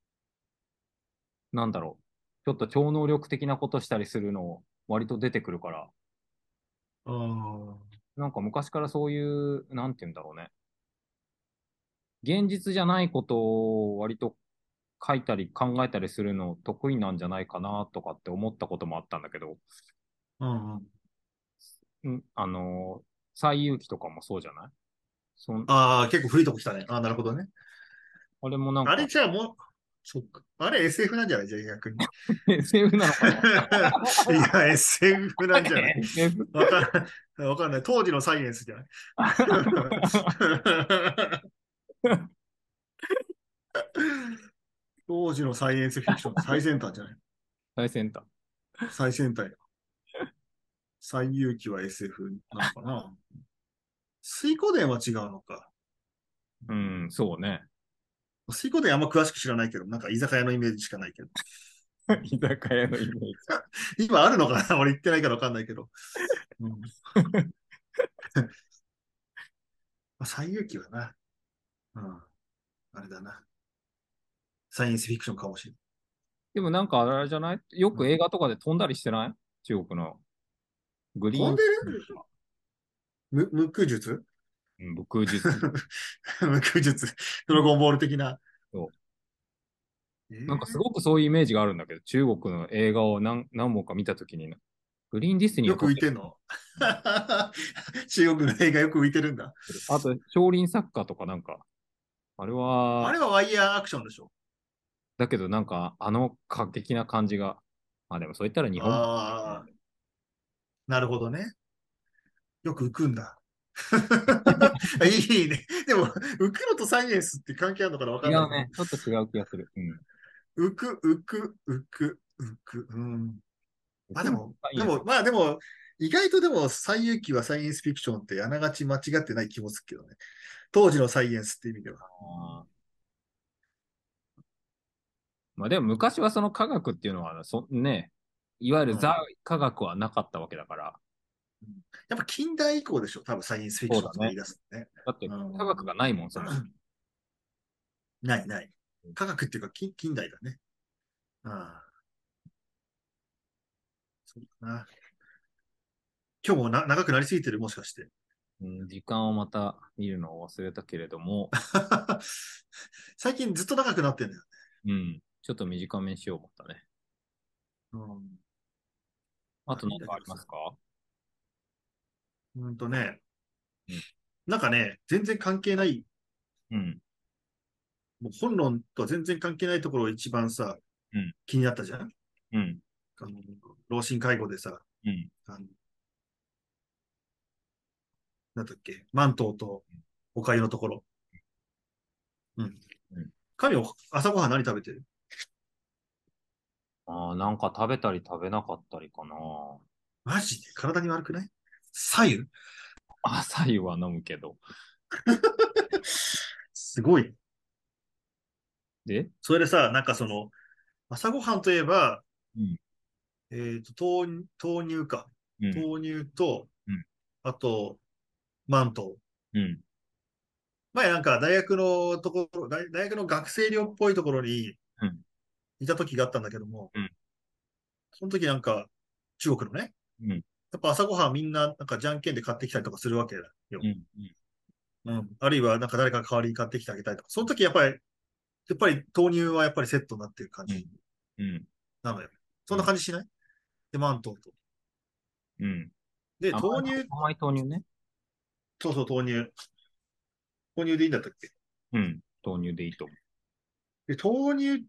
なんだろう、ちょっと超能力的なことしたりするの割と出てくるから、 ああ。 なんか昔からそういう、なんて言うんだろうね、現実じゃないことを割と書いたり考えたりするの得意なんじゃないかなとかって思ったこともあったんだけど、 うんうん。 んあの、西遊記とかもそうじゃないそんああ、結構古いとこ来たね。ああ、なるほどね。 あれもなんあれかじゃあもう、そっか。あれ エスエフ なんじゃないじゃあ逆に。 エスエフ なのかないや、エスエフ なんじゃない？ エスエフわかんない。わかんない。当時のサイエンスじゃない？当時のサイエンスフィクションの最先端じゃない？ 最先端。 最先端よ。最勇気は エスエフ なのかな？水湖伝は違うのか。 うん、そうね。 水湖伝あんま詳しく知らないけど、なんか居酒屋のイメージしかないけど。うん、 居酒屋のイメージ。 今あるのかな？俺行ってないからわかんないけど。うん、まあ、最勇気はな、うん、あれだな。サイエンスフィクションかもしれでもなんかあれじゃないよない。うん、 く映画とかで飛んだりしてない中国のグリーン飛んでる？む無空術？ うん、武空術。 無空術。ドラゴンボール的な。 そうなんかすえごくそういうイメージがあるんだけど、中国の映画を何、何本か見たときに、グリーンディスニー、よーを撮ってる。 く浮いてんの？中国の映画よく浮いてるんだ。 あと、少林サッカーとかなんか、あれは、 あれはワイヤーアクションでしょ？ だけどなんか、あの過激な感じが、まあでもそう言ったら日本も、 ああ、なるほどね。よく浮くんだ。いいね。でも、浮くのとサイエンスって関係あるのかなわかんないけど。 違うね。ちょっと違う気がする。うん。 浮く、浮く、浮く、浮く。うん。まあ僕のでも、 サイエンス。 でも、まあでも、意外とでも、西遊記はサイエンスフィクションってあながち間違ってない気もするけどね。当時のサイエンスって意味では。 あーまあでも昔はその科学っていうのは、そ、ね、いわゆるザうん。 科学はなかったわけだから、 やっぱ近代以降でしょ。多分サイエンスフィクそうだね。 ションとか言い出すのね。 だってうん。 科学がないもん、そもそないない。科学っていうか近近代だね。 ああ、そうだな。今日もな長くなりすぎてる、もしかして。 うん、時間をまた見るのを忘れたけれども、 最近ずっと長くなってんだよ。 うん、ちょっと短めにしよう思ったね。 うん。まあいいんあと何かあだけどさ。 りますか？ うんとね、 うん、 なんかね、全然関係ない、 うん、 もう本論とは全然関係ないところを一番さ、 うん、 気になったじゃん。 うん、 あの、老人介護でさ、 うん。 あの、なんだっけ、マントとお粥のところ。うん。 うん。 神は朝ごはん何食べてる？ ああ、なんか食べたり食べなかったりかな。 マジで体に悪くない？左右？ 朝湯は飲むけど。 すごい。 で、 それでさ、なんかその、朝ごはんといえば、 うん、 えっと、豆、豆乳か。 うん、 豆乳と、 うん、 あと、マント。 うん、 前なんか大学のところ、大、大学の学生寮っぽいところにうん、 いた時があったんだけども、 うん、 その時なんか中国のね、 うん、 やっぱ朝ごはんみんななんかじゃんけんで買ってきたりとかするわけだよ。 うん、 うん。あるいはなんか誰か代わりに買ってきてあげたりとか。その時やっぱり、やっぱり豆乳はやっぱりセットになってる感うん、 じうん、 なのよ。そんなうん、 感じしない？で、マントと。 うん。 で、 甘い、 豆乳、 甘い豆乳ね。 そうそう豆乳。豆乳でいいんだったっけ？ うん、豆乳でいいと思で、豆乳って、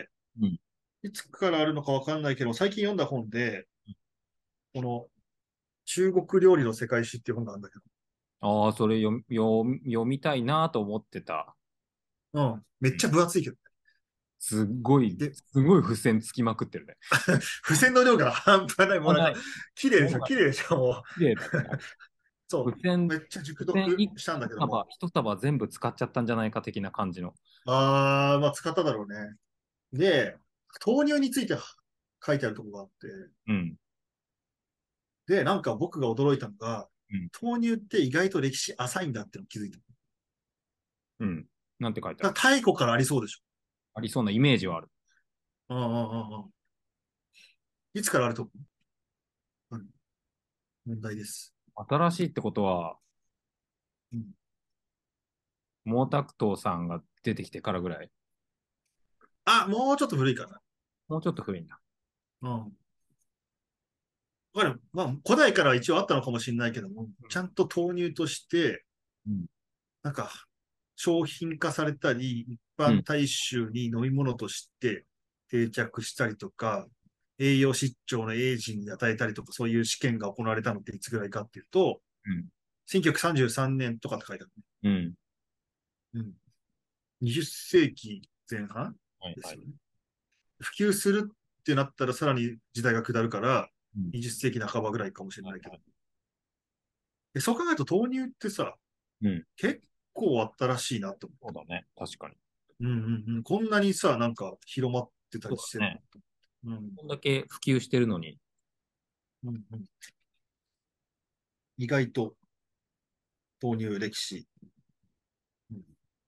う。うん。 いつからあるのかわかんないけど、最近読んだ本で、この中国料理の世界史っていう本があるんだけああ、それ読み、読み読みたいなと思ってた。 ど、うん。めっちゃ分厚いけど。 すっごい、 で、 すごい付箋つきまくってるね。 付箋の量が半端ない。もうなんか、 あない。 綺麗でしょ、 もう綺麗でしょ、もう。 綺麗だね。 そう。 付箋、 めっちゃ熟付箋読一したんだけど束、 も。 一束全部使っちゃったんじゃないか的な感じの。 あー、まあ使っただろうね。で、豆乳について書いてあるところがあって、 うん、 で、なんか僕が驚いたのが、 うん、 豆乳って意外と歴史浅いんだってのを気づいた。 うん。なんて書いてある？ だから太古からありそうでしょ。 ありそうなイメージはある。 うんうんうんうん。いつからあると思う？うん、問題です。 新しいってことは、 うん。 毛沢東さんが出てきてからぐらい。 あ、もうちょっと古いかな。 もうちょっと古いんだ。 うん。わかる。まあ、古代からは一応あったのかもしれないけども、ちゃんと豆乳として、 うん。 なんか、商品化されたり、一うん。 般大衆に飲み物として定着したりとか、栄養失調のエイジに与えたりとか、そういう試験が行われたのっていつぐらいかっていうと、 うん。 せんきゅうひゃくさんじゅうさんねんとかって書いてあるね。 うん。 うん。にじゅっ世紀前半はいはい。 ですよね。普及するってなったらさらに時代が下るから、 うん。 にじゅっ世紀半ばぐらいかもしれないけど。 はいはい。 でそう考えると豆乳ってさ、 うん。 結構新しいなと思う。 そうだね。確かに。 うんうんうん。こんなにさ、なんか広まってたそうりしてるだね。 の。うん。 こんだけ普及してるのに、 うんうん、意外と豆乳歴史。うん、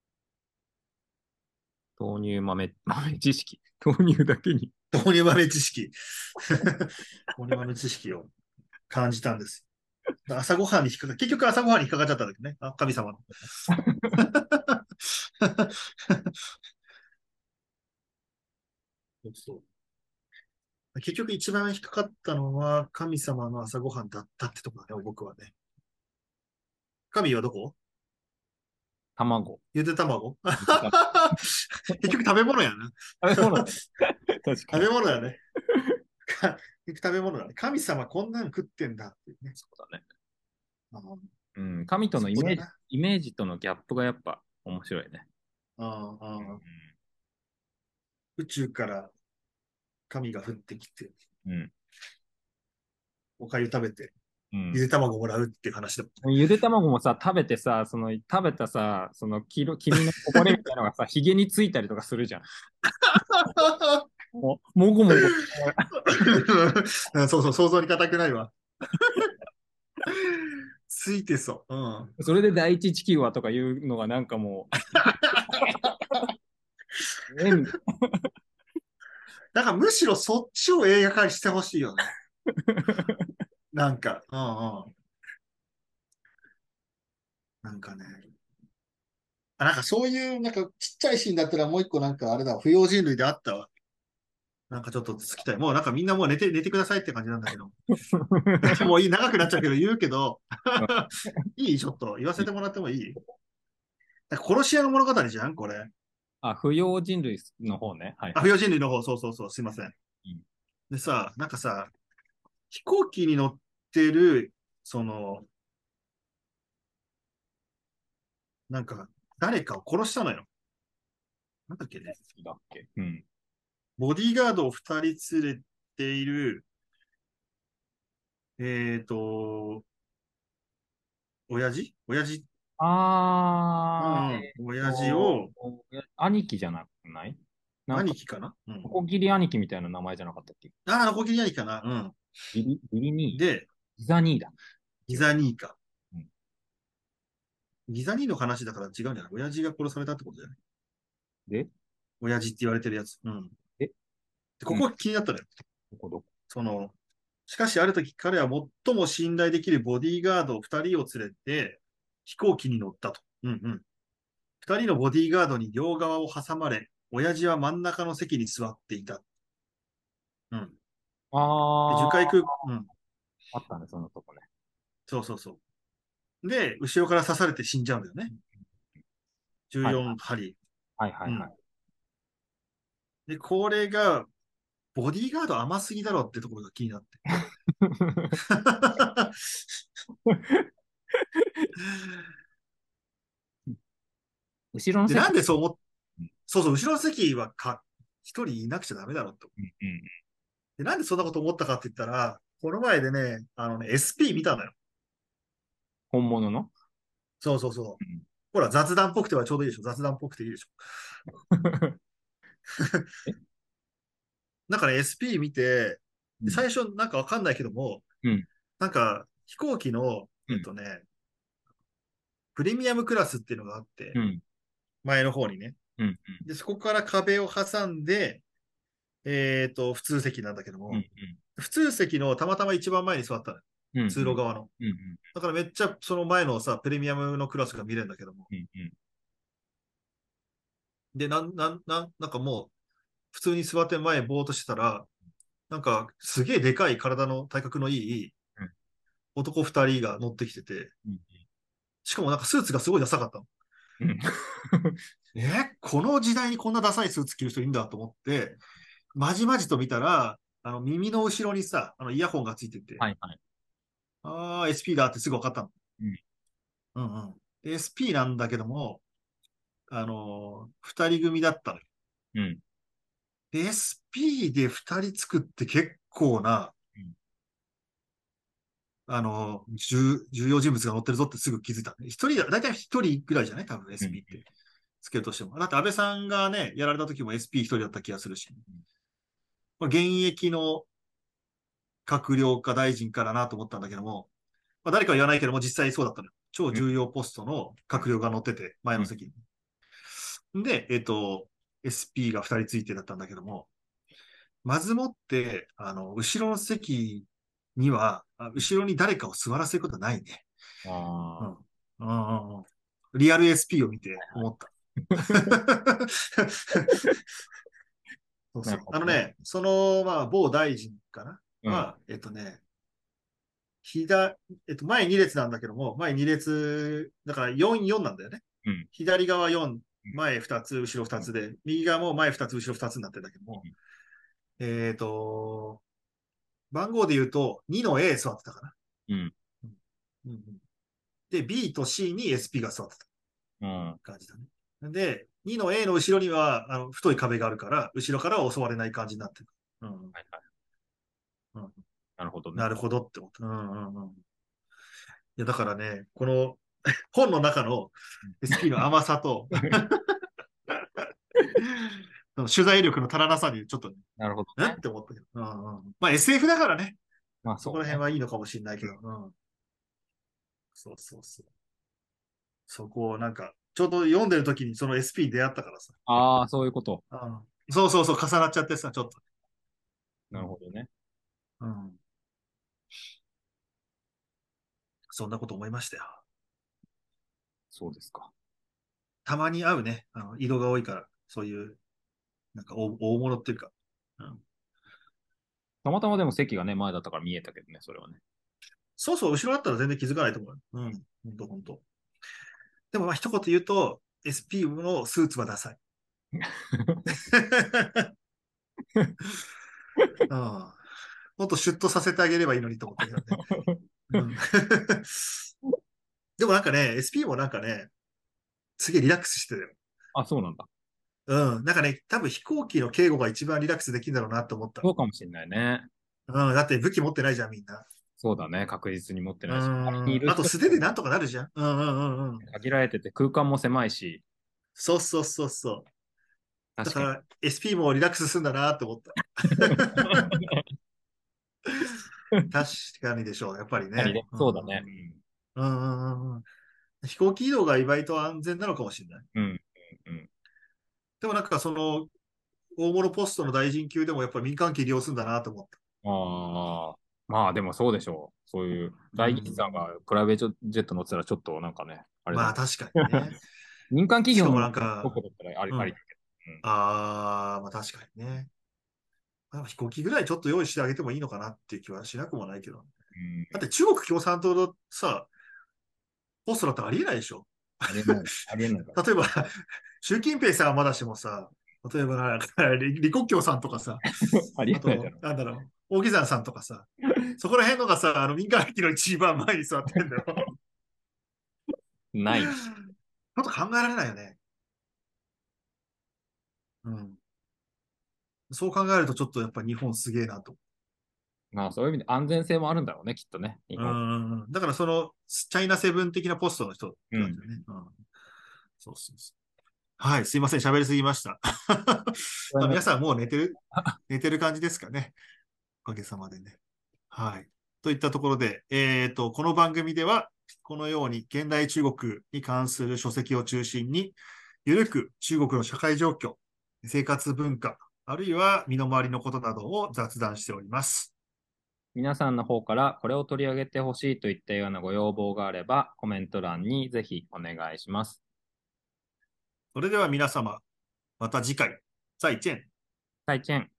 豆乳豆、豆知識。豆乳だけに。 豆乳豆知識。豆乳豆知識を感じたんです。朝ごはんに引っかか、結局朝ごはんに引っかかっちゃったんだけどね。あ、神様の。そうそう。結局一番引っかかったのは神様の朝ごはんだったってとこだね、僕はね。神はどこ？ 卵。 ゆで卵？ ゆで卵。 結局食べ物やな。 食べ物だね。確か食べに。 物だね。結局食べ物だね。神様こんなん食ってんだっていうね。 そうだね。 あー、 うん。神とのイメージ、 そこだな。 イメージとのギャップがやっぱ面白いね。 あーうん。 あー、宇宙から神が降ってきて、 うん。 お粥食べて、 うん。 ゆで卵もらうっていう話だもんね。 ゆで卵もさ、食べてさ、その食べたさ、その黄色、黄身のこぼれみたいなのがさ、ひげについたりとかするじゃん。もう、もごもご。 そうそう、想像に難くないわ。ついてそう。うん。 それで第一地球はとかいうのがなんかもう、えみたいだからむしろそっちを映画化にしてほしいよね。なんか、うんうん。なんかね。あ、なんかそういう、なんかちっちゃいシーンだったらもう一個なんかあれだ、不用人類であったわ。なんかちょっとつきたい。もうなんかみんなもう寝て、寝てくださいって感じなんだけど。もういい、長くなっちゃうけど言うけど、いいちょっと言わせてもらってもいい？なんか殺し屋の物語じゃんこれ。 あ、不要人類の方ね。はいあ、 はい。 不用人類の方、そうそうそう、すいません。 うん、 でさ、なんかさ、飛行機に乗ってる、その、なんか、誰かを殺したのよ。なんだっけね。 だっけ。うん。 ボディーガードを二人連れている、えっと、親父親父うんあー、 うん。 えーっ親父と、 を、 兄貴じゃなくない？なんか、 兄貴かなうん。 ノコギリ兄貴みたいな名前じゃなかったっけ？ ああ、ノコギリ兄貴かなうん。 ギリ、ギリ兄、 で、 ギザ兄だ。 ギ違う。 ザ兄か。 うん。 ギザ兄の話だから違うんじゃない親父が殺されたってことじゃないで、 親父って言われてるやつ。うん。 え、 で、 うん。 ここ気になったのよ。 どこどこ？ その、しかしある時彼は最も信頼できるボディーガード二人を連れて飛行機に乗ったと。うんうん。二人のボディーガードに両側を挟まれ、親父は真ん中の席に座っていた。うん。で、樹海空、 あー、 うん。 あったね、そのとこね。 そうそうそう。で、後ろから刺されて死んじゃうんだよね。 はいはい。 じゅうよん針。 はいはいはい。 うん。で、これが、ボディーガード甘すぎだろってところが気になって。で、 後ろの席。 なんでそう思っ、 うん。 そうそう、後ろの席はか、一人いなくちゃダメだろと。 うん。 で、なんでそんなこと思ったかって言ったら、この前でね、あのね、エスピー 見たのよ。 本物の。 そうそうそう。 うん。 ほら、雑談っぽくてはちょうどいいでしょ。雑談っぽくていいでしょ。 え、 なんかね、エスピー 見て、 うん。 で最初なんかわかんないけども、 うん。 なんか飛行機の、 うん。 えっとね、プレミアムクラスっていうのがあって、 うん。 前の方にね。 うん。 で、そこから壁を挟んで、えっと、普通席なんだけどうん。 も、普通席のたまたま一番前に座ったのよ。 うん。うん。 通路側の。 うん。 だからめっちゃその前のさ、プレミアムのクラスが見れるんだけども。 うん。うん。 で、なん、なん、なん、なんかもう、普通に座って前ぼーっとしてたら、なんかすげえでかい体の体格のいい男二人が乗ってきてて、 うん。 しかもなんかスーツがすごいダサかったの。 うん。 えこの時代にこんなダサいスーツ着る人いるんだと思って、まじまじと見たら、あの耳の後ろにさ、あのイヤホンがついてて、 はいはい。 あー、エスピー だってすぐ分かったの。 うん。 うんうん。で エスピー なんだけども、あのー二人組だったのよ。 うん。 で エスピー で二人作って結構な、 うん。 あのー重、重要人物が乗ってるぞってすぐ気づいたね。一人だ、だいたい一人ぐらいじゃない多分うん。 エスピー って。つけるとしても。だって安倍さんがね、やられた時も エスピー 一人だった気がするし。これ現役の閣僚か大臣からなと思ったんだけども、まあ、誰かは言わないけども、実際そうだったのよ。超うん。 重要ポストの閣僚が乗ってて、前うん。 の席に。で、えっと、エスピー がふたりついてだったんだけども、まずもって、あの、後ろの席には、あ後ろに誰かを座らせることはないね。うん。 あうんうんうんリアル エスピー を見て思った。そうあ、なそう。 るほどね。 あのね、その、まあ、某大臣かなうん。 は、えっとね、左、えっと、前に列なんだけども、前に列、だからよん、よんなんだよね。 うん。 左側よん、 うん。 前ふたつ、後ろ2 うん。 つで、右側も前ふたつ、後ろふたつになってるんだけども、 うん。 えっと、番号で言うとにの A 座ってたかな。 うん。 うんうんうんで、B と C に エスピー が座ってたうん。 感じだね。で、にの A の後ろにはあの太い壁があるから、後ろからは襲われない感じになってる。うんはいはい。 うん、 なるほどね。 なるほどって思った。うんうんうん、いやだからね、この本の中のうん。 エスピー の甘さと取材力の足らなさにちょっとね、 なるほどうんっね。 て思ったけど。うんうん、まあ エスエフ だからね、 まあそこらそうね。 辺はいいのかもしれないけど。うん、そうそうそう。そこをなんか、ちょうど読んでる時にその エスピー に出会ったからさ。 ああ、そういうこと。 うん、そうそうそう、重なっちゃってさ、ちょっと。 なるほどね。 うん。そんなこと思いましたよ。 そうですか。 たまに会うね。あの、移動が多いから、そういう、なんか大、大物っていうか。うん。 たまたまでも席がね、前だったから見えたけどね、それはね。 そうそう、後ろだったら全然気づかないと思う。うん。ほんとほんと。でもまあ一言言うと、エスピー のスーツはダサい。うん。もっとシュッとさせてあげればいいのにと思ったけどね。うん。でもなんかね、エスピー もなんかね、すげえリラックスしてたよ。 あ、そうなんだ。 うん。なんかね、多分飛行機の警護が一番リラックスできるんだろうなと思った。 そうかもしれないね。 うん。だって武器持ってないじゃん、みんな。 そうだね。確実に持ってうないし。周りにいん。あとる人素手でなんとかなるじゃん。うんうんうんうん。 限られてて空間も狭いし、 そうそうそうそう。だ確かに。 から エスピー もリラックスするんだなと思った。確かにでしょう、やっぱりね。 確かにね。 うん。 そうだね。 うんうんうんうん。飛行機移動が意外と安全なのかもしれない。 うん。うん。うん。 でもなんかその、大物ポストの大臣級でもやっぱり民間機利用するんだなと思った。 ああ、まあでもそうでしょう。そういうう大銀さんん。 がプライベートジェット乗ってたらちょっとなんかね、あれだもん。 まあ確かにね。 民間企業のしかもなんか、 とこだったらあり、 うん。 ありだけど。 ああ、まあ確かにね。まあ、飛行機ぐらいちょっと用意してあげてもいいのかなっていう気はしなくもないけど。 うん。うん。 だって中国共産党のさ、ポストだってありえないでしょ。 ありえない。ありえないか例えば、習近平さんはまだしもさ、例えばなんか、李李克強さんとかさ、 ら。ありあと、 えないだろなんだろう、大木山さんとかさ、そこら辺のがさ、あの民間機の一番前に座ってんだよ。ちう。ない。 ょっと考えられないよね。うん。そう考えるとちょっとやっぱ日本すげえなと。 まあそういう意味で安全性もあるんだろうね、きっとね、日う本。 ん。だからその、チャイナセブン的なポストの人ってうん。 感じだね。うん。そうそうそう。はい、すいません、喋りすぎました。 これね、 まあ皆さんもう寝てる、寝てる感じですかね。おかげさまでね。はい。といったところで、えっと、この番組では、このように現代中国に関する書籍を中心に、ゆるく中国の社会状況、生活文化、あるいは身の回りのことなどを雑談しております。 皆さんの方からこれを取り上げてほしいといったようなご要望があれば、コメント欄にぜひお願いします。 それでは皆様、また次回、再见。 再见。